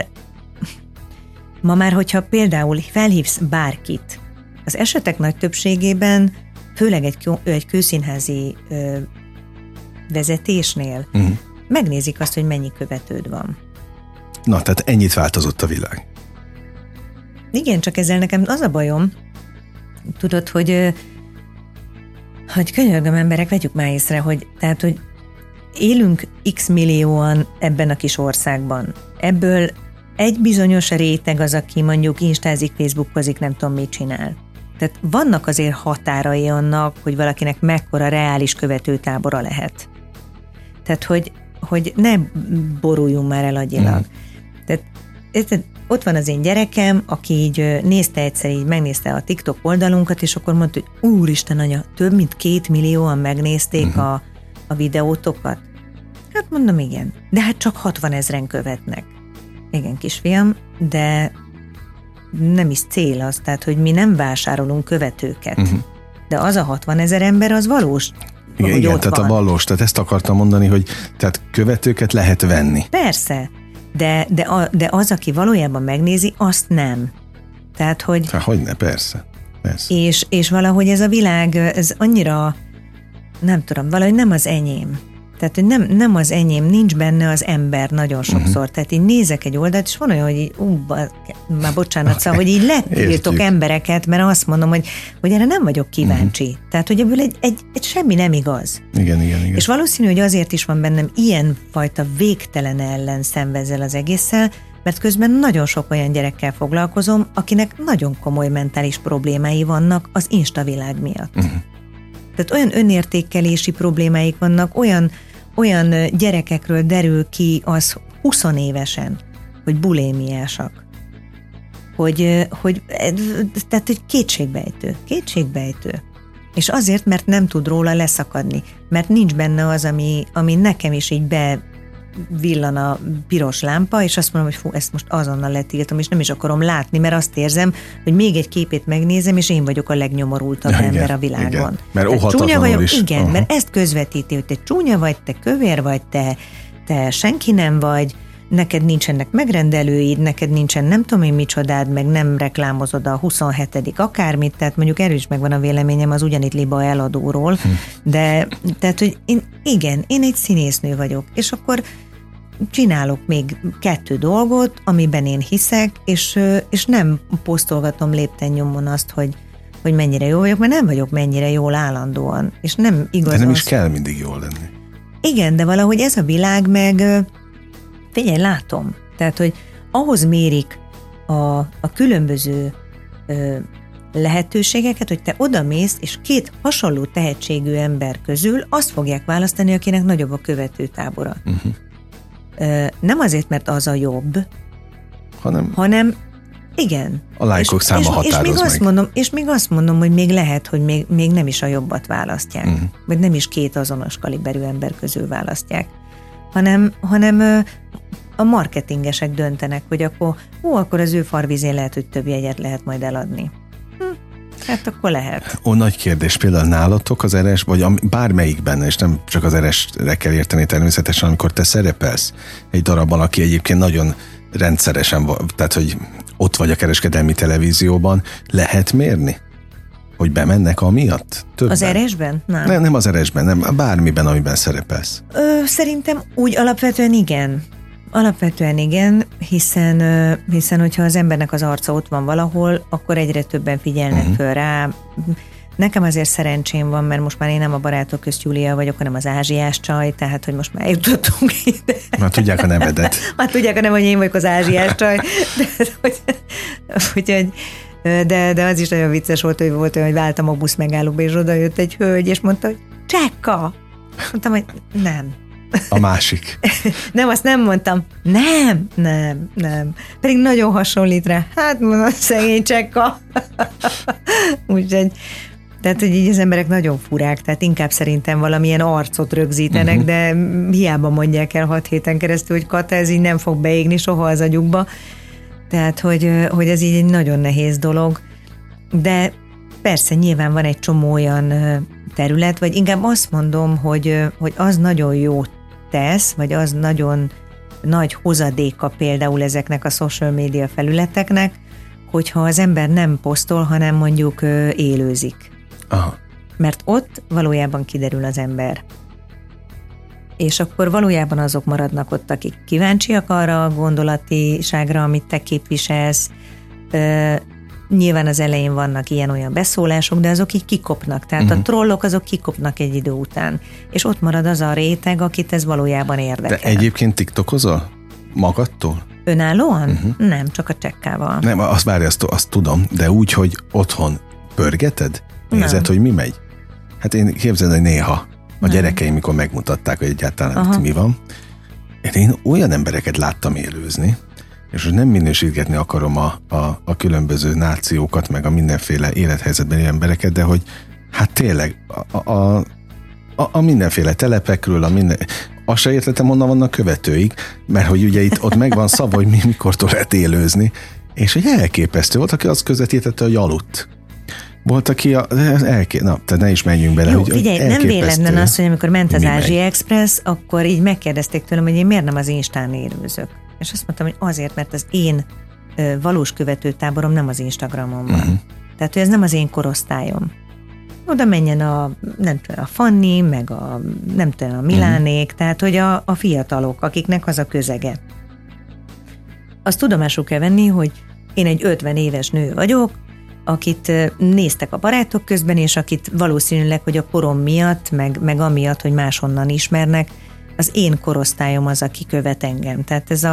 C: már, hogyha például felhívsz bárkit, az esetek nagy többségében, főleg egy kőszínházi vezetésnél, megnézik azt, hogy mennyi követőd van.
B: Na, tehát ennyit változott a világ.
C: Igen, csak ezzel nekem az a bajom, tudod, hogy könyörgöm emberek, vegyük már észre, hogy élünk x millióan ebben a kis országban. Ebből egy bizonyos réteg az, aki mondjuk instázik, facebookozik, nem tudom mit csinál. Tehát vannak azért határai annak, hogy valakinek mekkora reális követőtábora lehet. Tehát, hogy ne boruljunk már el agyilag. Tehát ott van az én gyerekem, aki így nézte egyszer, így megnézte a TikTok oldalunkat, és akkor mondta, hogy úristen anya, több mint 2 millióan megnézték a videótokat. Hát mondom, igen. De hát csak 60 000 követnek. Igen, kisfiam, de nem is cél az, tehát, hogy mi nem vásárolunk követőket. De az a 60 000 ember, az valós.
B: Igen, tehát van. A valós, tehát ezt akartam mondani, hogy tehát követőket lehet venni.
C: Persze. De az, aki valójában megnézi, azt nem. Tehát, hogy...
B: Hogyne, persze.
C: És valahogy ez a világ, ez annyira, nem tudom, valahogy nem az enyém. Tehát, hogy nem az enyém, nincs benne az ember nagyon sokszor. Tehát így nézek egy oldalt, és van olyan, hogy így, már bocsánat, szóval, hogy így letiltok embereket, mert azt mondom, hogy erre nem vagyok kíváncsi. Tehát, hogy ebből egy semmi nem igaz.
B: Igen.
C: És valószínű, hogy azért is van bennem ilyen fajta végtelen ellenszenv ezzel az egésszel, mert közben nagyon sok olyan gyerekkel foglalkozom, akinek nagyon komoly mentális problémái vannak az instavilág miatt. Tehát olyan önértékelési problémáik vannak, olyan gyerekekről derül ki az 20 évesen, hogy bulémiásak. Tehát, hogy kétségbejtő. És azért, mert nem tud róla leszakadni, mert nincs benne az, ami nekem is így bevillan a piros lámpa, és azt mondom, hogy ezt most azonnal letiltom, és nem is akarom látni, mert azt érzem, hogy még egy képét megnézem, és én vagyok a legnyomorultabb ember a világon.
B: Igen. Mert óhatatlanul is.
C: Igen, mert ezt közvetíti, hogy te csúnya vagy, te kövér vagy, te senki nem vagy, neked nincsenek megrendelőid, neked nincsen nem tudom én micsodád, meg nem reklámozod a 27. akármit, tehát mondjuk erről is megvan a véleményem az Ugyanitt Liba eladóról, de tehát, hogy én egy színésznő vagyok, és akkor csinálok még 2 dolgot, amiben én hiszek, és nem posztolgatom lépten nyomon azt, hogy mennyire jó vagyok, mert nem vagyok mennyire jól állandóan, és nem igaz.
B: De nem is kell mindig jól lenni.
C: Igen, de valahogy ez a világ meg figyelj, látom. Tehát, hogy ahhoz mérik a különböző lehetőségeket, hogy te odamész, és 2 hasonló tehetségű ember közül azt fogják választani, akinek nagyobb a követőtábora. Nem azért, mert az a jobb, hanem igen.
B: A lájkok száma határoz meg.
C: És még azt mondom, hogy még lehet, hogy még nem is a jobbat választják. Vagy nem is 2 azonos kaliberű ember közül választják. Hanem a marketingesek döntenek, hogy akkor az ő farvizén lehet, hogy több jegyet lehet majd eladni. Hát akkor lehet.
B: Nagy kérdés, például nálatok az eres, vagy bármelyikben, és nem csak az eresre kell érteni természetesen, amikor te szerepelsz egy darabban, aki egyébként nagyon rendszeresen, tehát hogy ott vagy a kereskedelmi televízióban, lehet mérni? Hogy bemennek amiatt? Többen?
C: Az eresben?
B: Nem az eresben, nem. Bármiben, amiben szerepelsz.
C: Szerintem úgy alapvetően igen. Alapvetően igen, hiszen hogyha az embernek az arca ott van valahol, akkor egyre többen figyelnek föl rá. Nekem azért szerencsém van, mert most már én nem a Barátok közt Júlia vagyok, hanem az ázsiás csaj, tehát hogy most már eljutottunk ide.
B: Már tudják a nevedet.
C: Már tudják a nem, hogy én vagyok az ázsiás csaj. De az is nagyon vicces volt, hogy volt olyan, hogy váltam a busz megállóba, és oda jött egy hölgy, és mondta, hogy Csekka! Mondtam, hogy nem.
B: A másik.
C: Nem, azt nem mondtam. Nem. Pedig nagyon hasonlít rá. Hát mondom, szegény Csekka. Úgyhogy, tehát, hogy így az emberek nagyon furák, tehát inkább szerintem valamilyen arcot rögzítenek, de hiába mondják el 6 héten keresztül, hogy Kata, ez így nem fog beégni soha az agyukba. Tehát, hogy ez így egy nagyon nehéz dolog. De persze nyilván van egy csomó olyan terület, vagy inkább azt mondom, hogy az nagyon jó tesz, vagy az nagyon nagy hozadéka például ezeknek a social media felületeknek, hogyha az ember nem posztol, hanem mondjuk élőzik.
B: Aha.
C: Mert ott valójában kiderül az ember. És akkor valójában azok maradnak ott, akik kíváncsiak arra a gondolatiságra, amit te képviselsz. Nyilván az elején vannak ilyen-olyan beszólások, de azok így kikopnak. Tehát a trollok azok kikopnak egy idő után. És ott marad az a réteg, akit ez valójában érdekel.
B: De egyébként TikTokozol? Magadtól?
C: Önállóan? Nem, csak a Csekkával.
B: Nem, azt tudom, de úgy, hogy otthon pörgeted? Nézed, hogy mi megy? Hát én képzeld, hogy néha a gyerekeim, mikor megmutatták, hogy egyáltalán mi van, én olyan embereket láttam élőzni, és most nem minősítgetni akarom a különböző nációkat, meg a mindenféle élethelyzetben élő embereket, de hogy hát tényleg a mindenféle telepekről, azt se értettem, honnan vannak követőik, mert hogy ugye ott megvan szava, hogy mikortól lehet élőzni, és hogy elképesztő volt, aki azt közvetítette, hogy aludt. Volt, aki na, tehát ne is menjünk bele.
C: Jó,
B: hogy
C: figyelj, nem véletlen az, hogy amikor ment az Ázsia Express, akkor így megkérdezték tőlem, hogy én miért nem az Instán élőzök. És azt mondtam, hogy azért, mert az én valós követőtáborom nem az Instagramon van. Tehát, hogy ez nem az én korosztályom. Oda menjen a Fanni, meg a Milánék, tehát, hogy a fiatalok, akiknek az a közege. Azt tudomásul kell venni, hogy én egy 50 éves nő vagyok, akit néztek a barátok közben, és akit valószínűleg, hogy a korom miatt, meg amiatt, hogy máshonnan ismernek, az én korosztályom az, aki követ engem. Tehát ez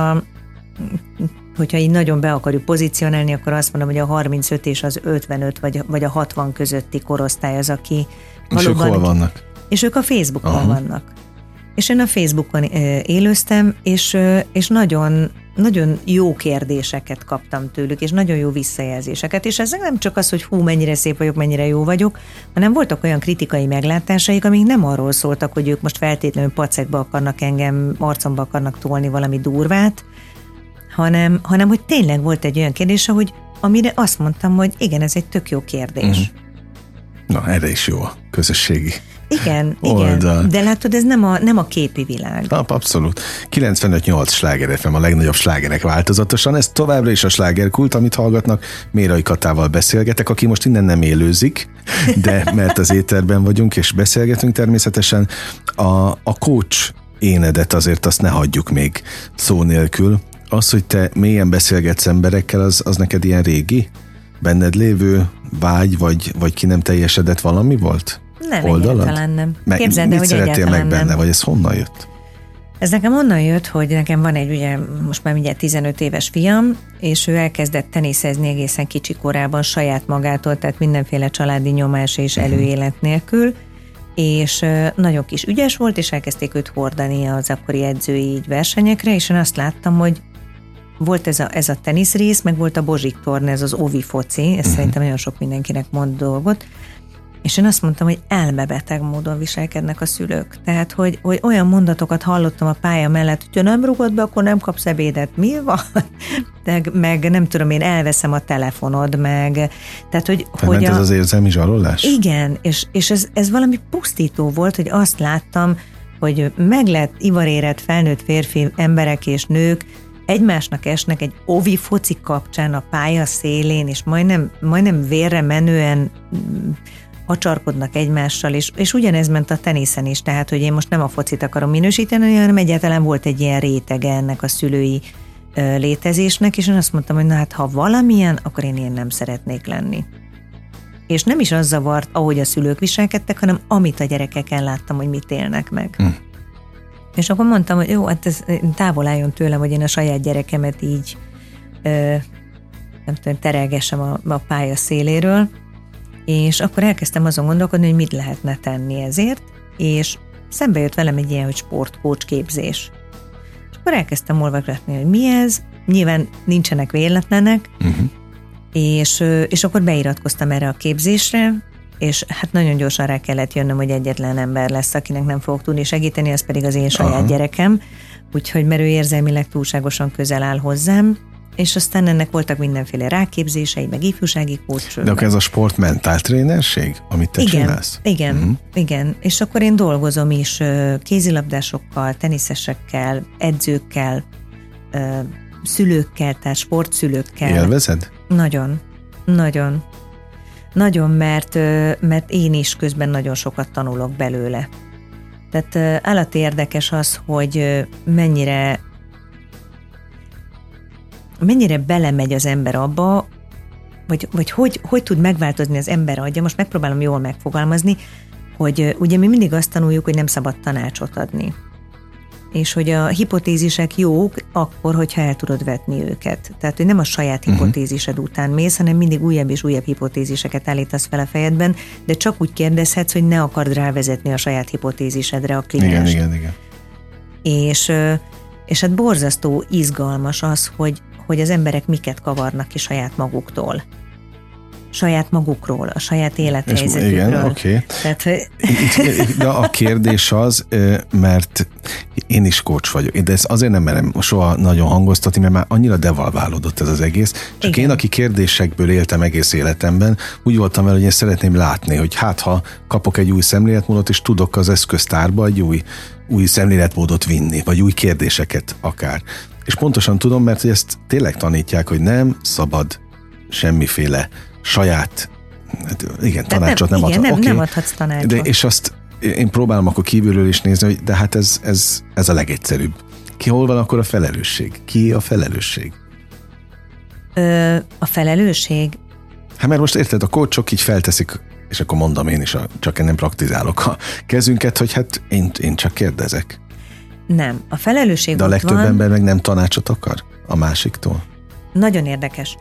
C: hogyha így nagyon be akarjuk pozícionálni, akkor azt mondom, hogy a 35 és az 55 vagy a 60 közötti korosztály az, aki valóban...
B: És ők hol vannak?
C: És ők a Facebookon vannak. És én a Facebookon élőztem, és nagyon, nagyon jó kérdéseket kaptam tőlük, és nagyon jó visszajelzéseket, és ez nem csak az, hogy hú, mennyire szép vagyok, mennyire jó vagyok, hanem voltak olyan kritikai meglátásaik, amik nem arról szóltak, hogy ők most feltétlenül pacekba akarnak engem, arcomba akarnak tolni valami durvát, hanem hogy tényleg volt egy olyan kérdés, amire azt mondtam, hogy igen, ez egy tök jó kérdés.
B: Na, erre is jó a közösségi
C: igen,
B: oldal.
C: De látod, ez nem a képi világ.
B: Abszolút. 95.8 Sláger FM, a legnagyobb slágerek változatosan. Ez továbbra is a slágerkult, amit hallgatnak. Mérai Katával beszélgetek, aki most innen nem élőzik, de mert az éterben vagyunk, és beszélgetünk természetesen. A coach énedet azért azt ne hagyjuk még szó nélkül. Az, hogy te mélyen beszélgetsz emberekkel, az neked ilyen régi, benned lévő vágy, vagy ki nem teljesedett valami volt?
C: Nem, egyáltalán nem.
B: Képzeld el, hogy szeretél meg benne, nem. Vagy ez honnan jött?
C: Ez nekem onnan jött, hogy nekem van egy ugye most már mindjárt 15 éves fiam, és ő elkezdett teniszezni egészen kicsi korában saját magától, tehát mindenféle családi nyomás és előélet nélkül, és nagyon kis ügyes volt, és elkezdték őt hordani az akkori edzői így versenyekre, és én azt láttam, hogy volt ez a tenisz rész, meg volt a Bozsik torna, ez az ovi foci, ez szerintem nagyon sok mindenkinek mond dolgot, és én azt mondtam, hogy elmebeteg módon viselkednek a szülők. Tehát, hogy olyan mondatokat hallottam a pálya mellett, hogyha nem rugod be, akkor nem kapsz ebédet. Mi van? meg nem tudom, én elveszem a telefonod, meg... Tehát, hogy
B: ez az érzelmi zsarolás?
C: Igen, és ez valami pusztító volt, hogy azt láttam, hogy meglett ivarérett felnőtt férfi emberek és nők egymásnak esnek egy ovi foci kapcsán a pálya szélén, és majdnem vérre menően hacsarkodnak egymással, és ugyanez ment a teniszen is, tehát, hogy én most nem a focit akarom minősíteni, hanem egyáltalán volt egy ilyen rétege ennek a szülői létezésnek, és én azt mondtam, hogy na hát, ha valamilyen, akkor én ilyen nem szeretnék lenni. És nem is az zavart, ahogy a szülők viselkedtek, hanem amit a gyerekeken láttam, hogy mit élnek meg. És akkor mondtam, hogy jó, hát ez távol álljon tőlem, hogy én a saját gyerekemet így nem tudom, terelgessem a pálya széléről, és akkor elkezdtem azon gondolkodni, hogy mit lehetne tenni ezért, és szembe jött velem egy ilyen, hogy sportcoach képzés. És akkor elkezdtem olvasgatni, hogy mi ez, nyilván nincsenek véletlenek, és akkor beiratkoztam erre a képzésre, és hát nagyon gyorsan rá kellett jönnöm, hogy egyetlen ember lesz, akinek nem fogok tudni segíteni, az pedig az én saját gyerekem, úgyhogy mert ő érzelmileg túlságosan közel áll hozzám, és aztán ennek voltak mindenféle ráképzései, meg ifjúsági coach.
B: De akkor ez a sportmentál trénerség, amit te csinálsz?
C: Igen. És akkor én dolgozom is kézilabdásokkal, teniszesekkel, edzőkkel, szülőkkel, tehát sportszülőkkel.
B: Élvezed?
C: Nagyon, mert én is közben nagyon sokat tanulok belőle. Tehát állati érdekes az, hogy mennyire belemegy az ember abba, vagy hogy tud megváltozni az ember agya. Most megpróbálom jól megfogalmazni, hogy ugye mi mindig azt tanuljuk, hogy nem szabad tanácsot adni. És hogy a hipotézisek jók akkor, hogyha el tudod vetni őket. Tehát, hogy nem a saját hipotézised után mész, hanem mindig újabb és újabb hipotéziseket állítasz fel a fejedben, de csak úgy kérdezhetsz, hogy ne akard rávezetni a saját hipotézisedre a klienst.
B: Igen.
C: És hát borzasztó izgalmas az, hogy az emberek miket kavarnak ki saját magukról, a saját élethelyzetükről.
B: Igen, oké.
C: Tehát,
B: de a kérdés az, mert én is coach vagyok, de ezt azért nem merem soha nagyon hangoztatni, mert már annyira devalválódott ez az egész. Csak igen. Én, aki kérdésekből éltem egész életemben, úgy voltam vele, hogy én szeretném látni, hogy hát ha kapok egy új szemléletmódot, és tudok az eszköztárba egy új szemléletmódot vinni, vagy új kérdéseket akár. És pontosan tudom, mert hogy ezt tényleg tanítják, hogy nem szabad semmiféle saját, tanácsot nem adhatsz.
C: Nem adhatsz tanácsot.
B: De és azt én próbálom akkor kívülről is nézni, hogy de hát ez a legegyszerűbb. Hol van akkor a felelősség? Ki a felelősség?
C: A felelősség?
B: Hát mert most érted, a coachok így felteszik, és akkor mondom én is, csak én nem praktizálok a kezünket, hogy hát én csak kérdezek.
C: Nem, a felelősség
B: de a legtöbb ember meg nem tanácsot akar a másiktól?
C: Nagyon érdekes.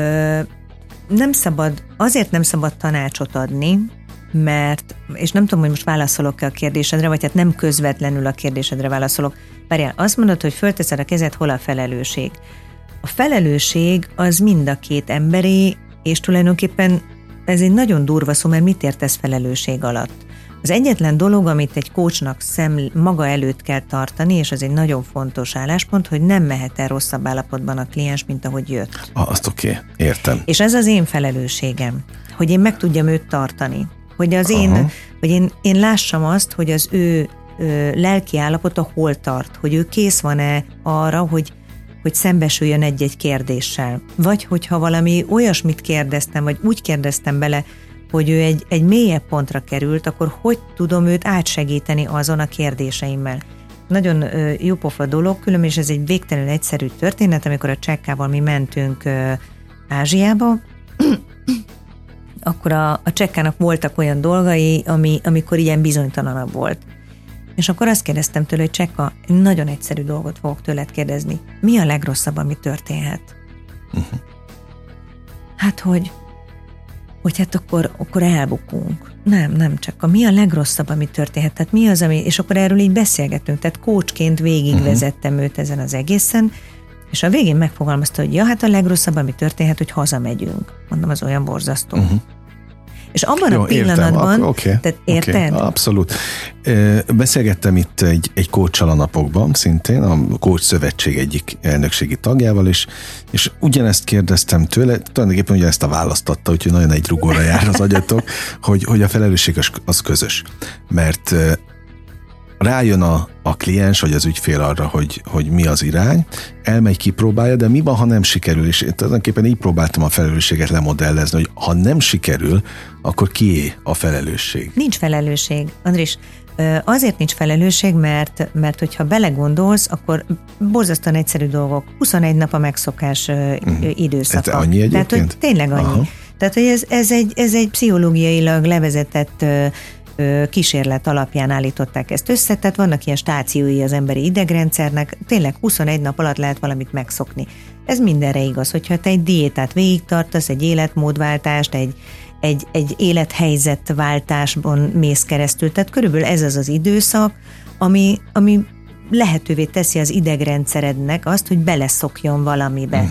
C: Azért nem szabad tanácsot adni, mert, és nem tudom, hogy most válaszolok-e a kérdésedre, vagy hát nem közvetlenül a kérdésedre válaszolok. Várjál, azt mondod, hogy fölteszed a kezed, hol a felelősség. A felelősség az mind a két emberé, és tulajdonképpen ez egy nagyon durva szó, mert mit értesz felelősség alatt? Az egyetlen dolog, amit egy coachnak maga előtt kell tartani, és ez egy nagyon fontos álláspont, hogy nem mehet el rosszabb állapotban a kliens, mint ahogy jött.
B: Azt oké, értem.
C: És ez az én felelősségem, hogy én meg tudjam őt tartani. Hogy én lássam azt, hogy az ő lelki állapota hol tart, hogy ő kész van-e arra, hogy szembesüljön egy-egy kérdéssel. Vagy hogyha valami olyasmit kérdeztem, vagy úgy kérdeztem bele, hogy ő egy mélyebb pontra került, akkor hogy tudom őt átsegíteni azon a kérdéseimmel. Nagyon jópofa dolog, különben is ez egy végtelenül egyszerű történet, amikor a Csekkával mi mentünk Ázsiába, akkor a Csekkának voltak olyan dolgai, amikor ilyen bizonytalanabb volt. És akkor azt kérdeztem tőle, hogy Csekka, nagyon egyszerű dolgot fogok tőled kérdezni. Mi a legrosszabb, ami történhet? Hát, hogy hát akkor elbukunk. Nem, Csekka, mi a legrosszabb, ami történhet? Tehát mi az, és akkor erről így beszélgetünk. Tehát coachként végigvezettem őt ezen az egészen, és a végén megfogalmazta, hogy ja, hát a legrosszabb, ami történhet, hogy hazamegyünk. Mondom, az olyan borzasztó. És abban a pillanatban, tehát érted?
B: Abszolút. Beszélgettem itt egy coachsal a napokban, szintén, a Coach Szövetség egyik elnökségi tagjával, és ugyanezt kérdeztem tőle, tulajdonképpen ugyanezt a választ adta, úgyhogy nagyon egy rugóra jár az agyatok, hogy a felelősség az közös. Mert rájön a kliens, vagy az ügyfél arra, hogy mi az irány, elmegy, kipróbálja, de mi van, ha nem sikerül, és tulajdonképpen így próbáltam a felelősséget lemodellezni, hogy ha nem sikerül, akkor kié a felelősség?
C: Nincs felelősség, Andris. Azért nincs felelősség, mert hogyha belegondolsz, akkor borzasztóan egyszerű dolgok. 21 nap a megszokás időszaka.
B: Ez annyi egyébként?
C: Tehát, hogy tényleg annyi. Aha. Tehát, hogy ez egy pszichológiailag levezetett kísérlet alapján állították ezt össze, tehát vannak ilyen stációi az emberi idegrendszernek, tényleg 21 nap alatt lehet valamit megszokni. Ez mindenre igaz, hogyha te egy diétát végigtartasz, egy életmódváltást, egy élethelyzetváltásban mész keresztül, tehát körülbelül ez az időszak, ami lehetővé teszi az idegrendszerednek azt, hogy beleszokjon valamibe.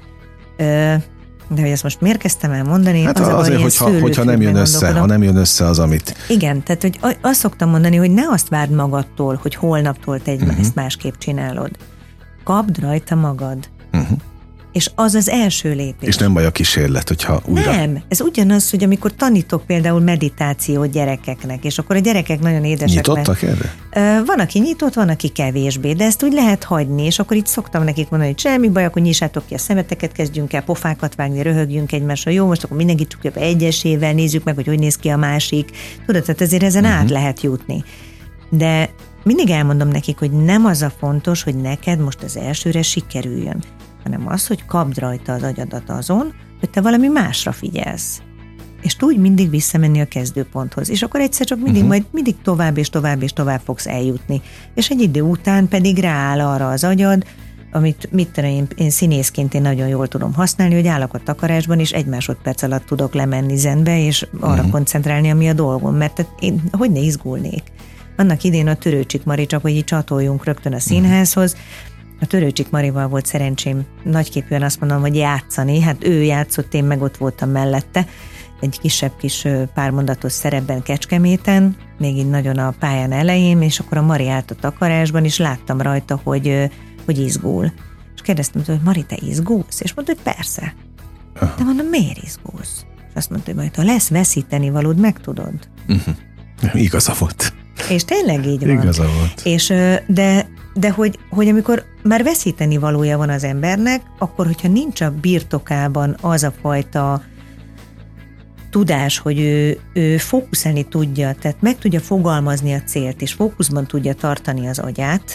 C: De hogy ezt most miért kezdtem el mondani?
B: Hát azért, hogyha nem jön össze, ha nem jön össze az, amit...
C: Igen, tehát hogy azt szoktam mondani, hogy ne azt várd magadtól, hogy holnaptól te ezt másképp csinálod. Kapd rajta magad. És az az első lépés.
B: És nem baj a kísérlet, hogyha újra...
C: Nem, ez ugyanaz, hogy amikor tanítok például meditációt gyerekeknek, és akkor a gyerekek nagyon édesek.
B: Nyitottak erre?
C: Van, aki nyitott, van, aki kevésbé, de ezt úgy lehet hagyni, és akkor itt szoktam nekik mondani, hogy semmi baj, akkor nyissátok ki a szemeteket, kezdjünk el pofákat vágni, röhögjünk egymásra, jó, most akkor mindenki csukja be egyesével, nézzük meg, hogy néz ki a másik. Tudod, tehát ezért ezen át lehet jutni. De mindig elmondom nekik, hogy nem az a fontos, hogy neked most az elsőre sikerüljön, hanem az, hogy kapd rajta az agyadat azon, hogy te valami másra figyelsz. És tudj mindig visszamenni a kezdőponthoz. És akkor egyszer csak mindig tovább és tovább és tovább fogsz eljutni. És egy idő után pedig rááll arra az agyad, amit én színészként én nagyon jól tudom használni, hogy állok a takarásban, és 1 másodperc alatt tudok lemenni zenbe, és arra koncentrálni, ami a dolgom. Mert én hogy ne izgulnék? Annak idén a Törőcsik Mari, csak hogy így csatoljunk rögtön a színházhoz, a Törőcsik Marival volt szerencsém nagyképűen azt mondom, hogy játszani. Hát ő játszott, én meg ott voltam mellette. Egy kisebb kis pármondatos szerepben Kecskeméten, még így nagyon a pályán elején, és akkor a Mari állt a takarásban, és láttam rajta, hogy izgul. És kérdeztem, hogy Mari, te izgulsz? És mondta, hogy persze. De mondom, miért izgulsz? És azt mondta, hogy majd ha lesz veszíteni valód, megtudod.
B: Igaza volt.
C: És tényleg így van.
B: Igaza volt.
C: És, de hogy amikor már veszíteni valója van az embernek, akkor, hogyha nincs a birtokában az a fajta tudás, hogy ő fókuszálni tudja, tehát meg tudja fogalmazni a célt, és fókuszban tudja tartani az agyát,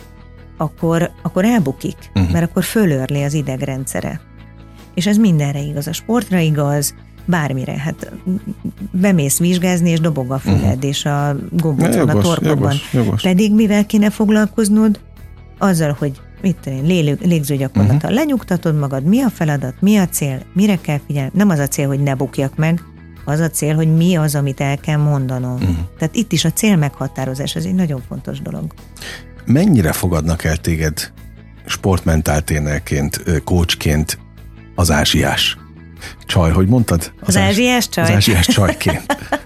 C: akkor elbukik, mert akkor fölörli az idegrendszere. És ez mindenre igaz, a sportra igaz, bármire. Hát bemész vizsgázni, és dobog a füled, és a gombóc van a torkodban.
B: Jogos.
C: Pedig mivel kéne foglalkoznod? Azzal, hogy légzőgyakorlattal lenyugtatod magad, mi a feladat, mi a cél, mire kell figyelni. Nem az a cél, hogy ne bukjak meg, az a cél, hogy mi az, amit el kell mondanom. Tehát itt is a cél meghatározás, ez egy nagyon fontos dolog.
B: Mennyire fogadnak el téged sportmentáltrénerként, coachként az ázsiás csaj, hogy mondtad?
C: Az ázsiás csaj?
B: Az ázsiás csajként.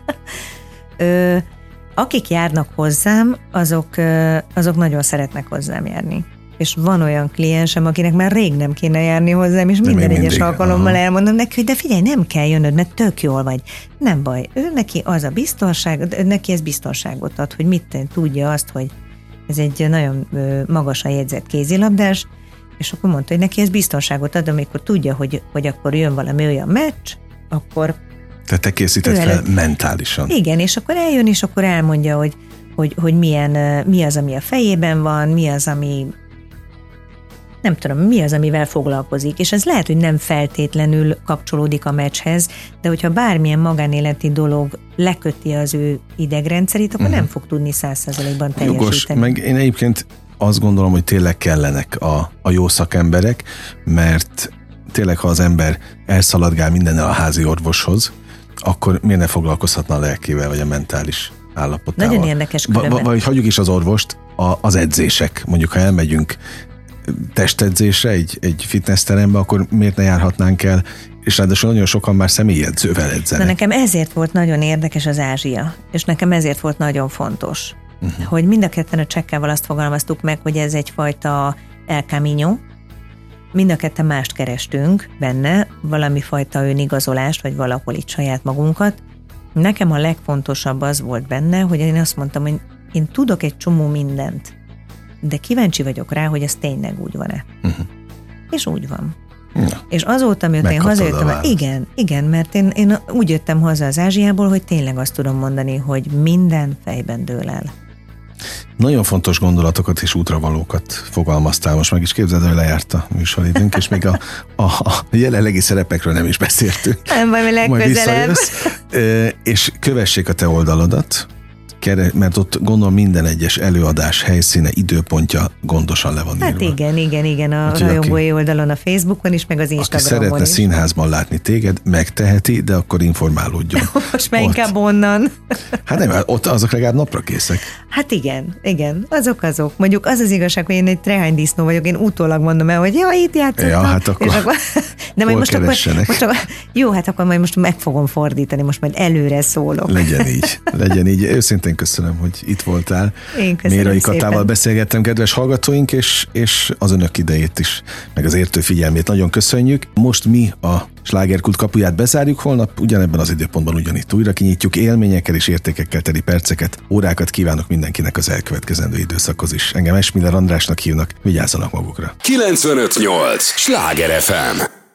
C: Akik járnak hozzám, azok nagyon szeretnek hozzám járni. És van olyan kliensem, akinek már rég nem kéne járni hozzám, és minden egyes alkalommal elmondom neki, hogy de figyelj, nem kell jönnöd, mert tök jól vagy. Nem baj, neki az a biztonság, neki ez biztonságot ad, hogy tudja azt, hogy ez egy nagyon magasan jegyzett kézilabdás, és akkor mondta, hogy neki ez biztonságot ad, amikor tudja, hogy akkor jön valami olyan meccs, akkor...
B: Tehát te készíted fel mentálisan.
C: Igen, és akkor eljön, és akkor elmondja, hogy mi az, ami a fejében van, mi az, ami... nem tudom, mi az, amivel foglalkozik, és ez lehet, hogy nem feltétlenül kapcsolódik a meccshez, de hogyha bármilyen magánéleti dolog leköti az ő idegrendszerét, akkor nem fog tudni 100%-ban teljesíteni.
B: Jogos, meg én egyébként azt gondolom, hogy tényleg kellenek a jó szakemberek, mert tényleg, ha az ember elszaladgál mindennel a házi orvoshoz, akkor miért ne foglalkozhatna a lelkével, vagy a mentális állapotával.
C: Nagyon érdekes különben.
B: Vagy hagyjuk is az orvost, az edzések. Mondjuk, ha elmegyünk testedzésre, egy fitnessterembe, akkor miért ne járhatnánk el, és ráadásul nagyon sokan már személyedzővel edzenek.
C: Na, nekem ezért volt nagyon érdekes az Ázsia, és nekem ezért volt nagyon fontos, hogy mind a ketten a csekkával azt fogalmaztuk meg, hogy ez egyfajta El Camino, mind a ketten mást kerestünk benne, valami fajta önigazolást, vagy valahol itt saját magunkat. Nekem a legfontosabb az volt benne, hogy én azt mondtam, hogy én tudok egy csomó mindent, de kíváncsi vagyok rá, hogy ez tényleg úgy van-e. És úgy van.
B: Ja.
C: És azóta, miután én hazajöttem, igen, mert én úgy jöttem haza az Ázsiából, hogy tényleg azt tudom mondani, hogy minden fejben dől el.
B: Nagyon fontos gondolatokat és útravalókat fogalmaztál, most meg is képzeld, hogy lejárt a műsoridőnk, és még a jelenlegi szerepekről nem is beszéltünk.
C: Nem baj, legközelebb.
B: És kövessék a te oldaladat, mert ott gondolom minden egyes előadás helyszíne, időpontja gondosan le van írva.
C: Hát igen, a rajongói oldalon, a Facebookon is, meg az Instagramon is.
B: Aki szeretne színházban látni téged, megteheti, de akkor informálódjon.
C: Most már inkább onnan.
B: Hát nem, ott azok legalább napra készek.
C: Hát igen, azok. Mondjuk az igazság, hogy én egy trehánydisznó vagyok, én utólag mondom el, hogy itt játszottam.
B: Ja, hát akkor
C: de majd most jó, hát akkor majd most meg fogom fordítani, most majd előre szólok.
B: Legyen így. Őszintén köszönöm, hogy itt voltál.
C: Én köszönöm
B: Mérai
C: szépen.
B: Katával beszélgettem, kedves hallgatóink, és az önök idejét is, meg az értő figyelmét nagyon köszönjük. Most mi a Slágerkult kapuját bezárjuk, holnap ugyanebben az időpontban ugyanitt újra kinyitjuk, élményekkel és értékekkel teli perceket, órákat kívánok mindenkinek az elkövetkezendő időszakhoz is. Engem Esmiller Andrásnak hívnak, vigyázzanak magukra.
A: 95.8 Sláger FM.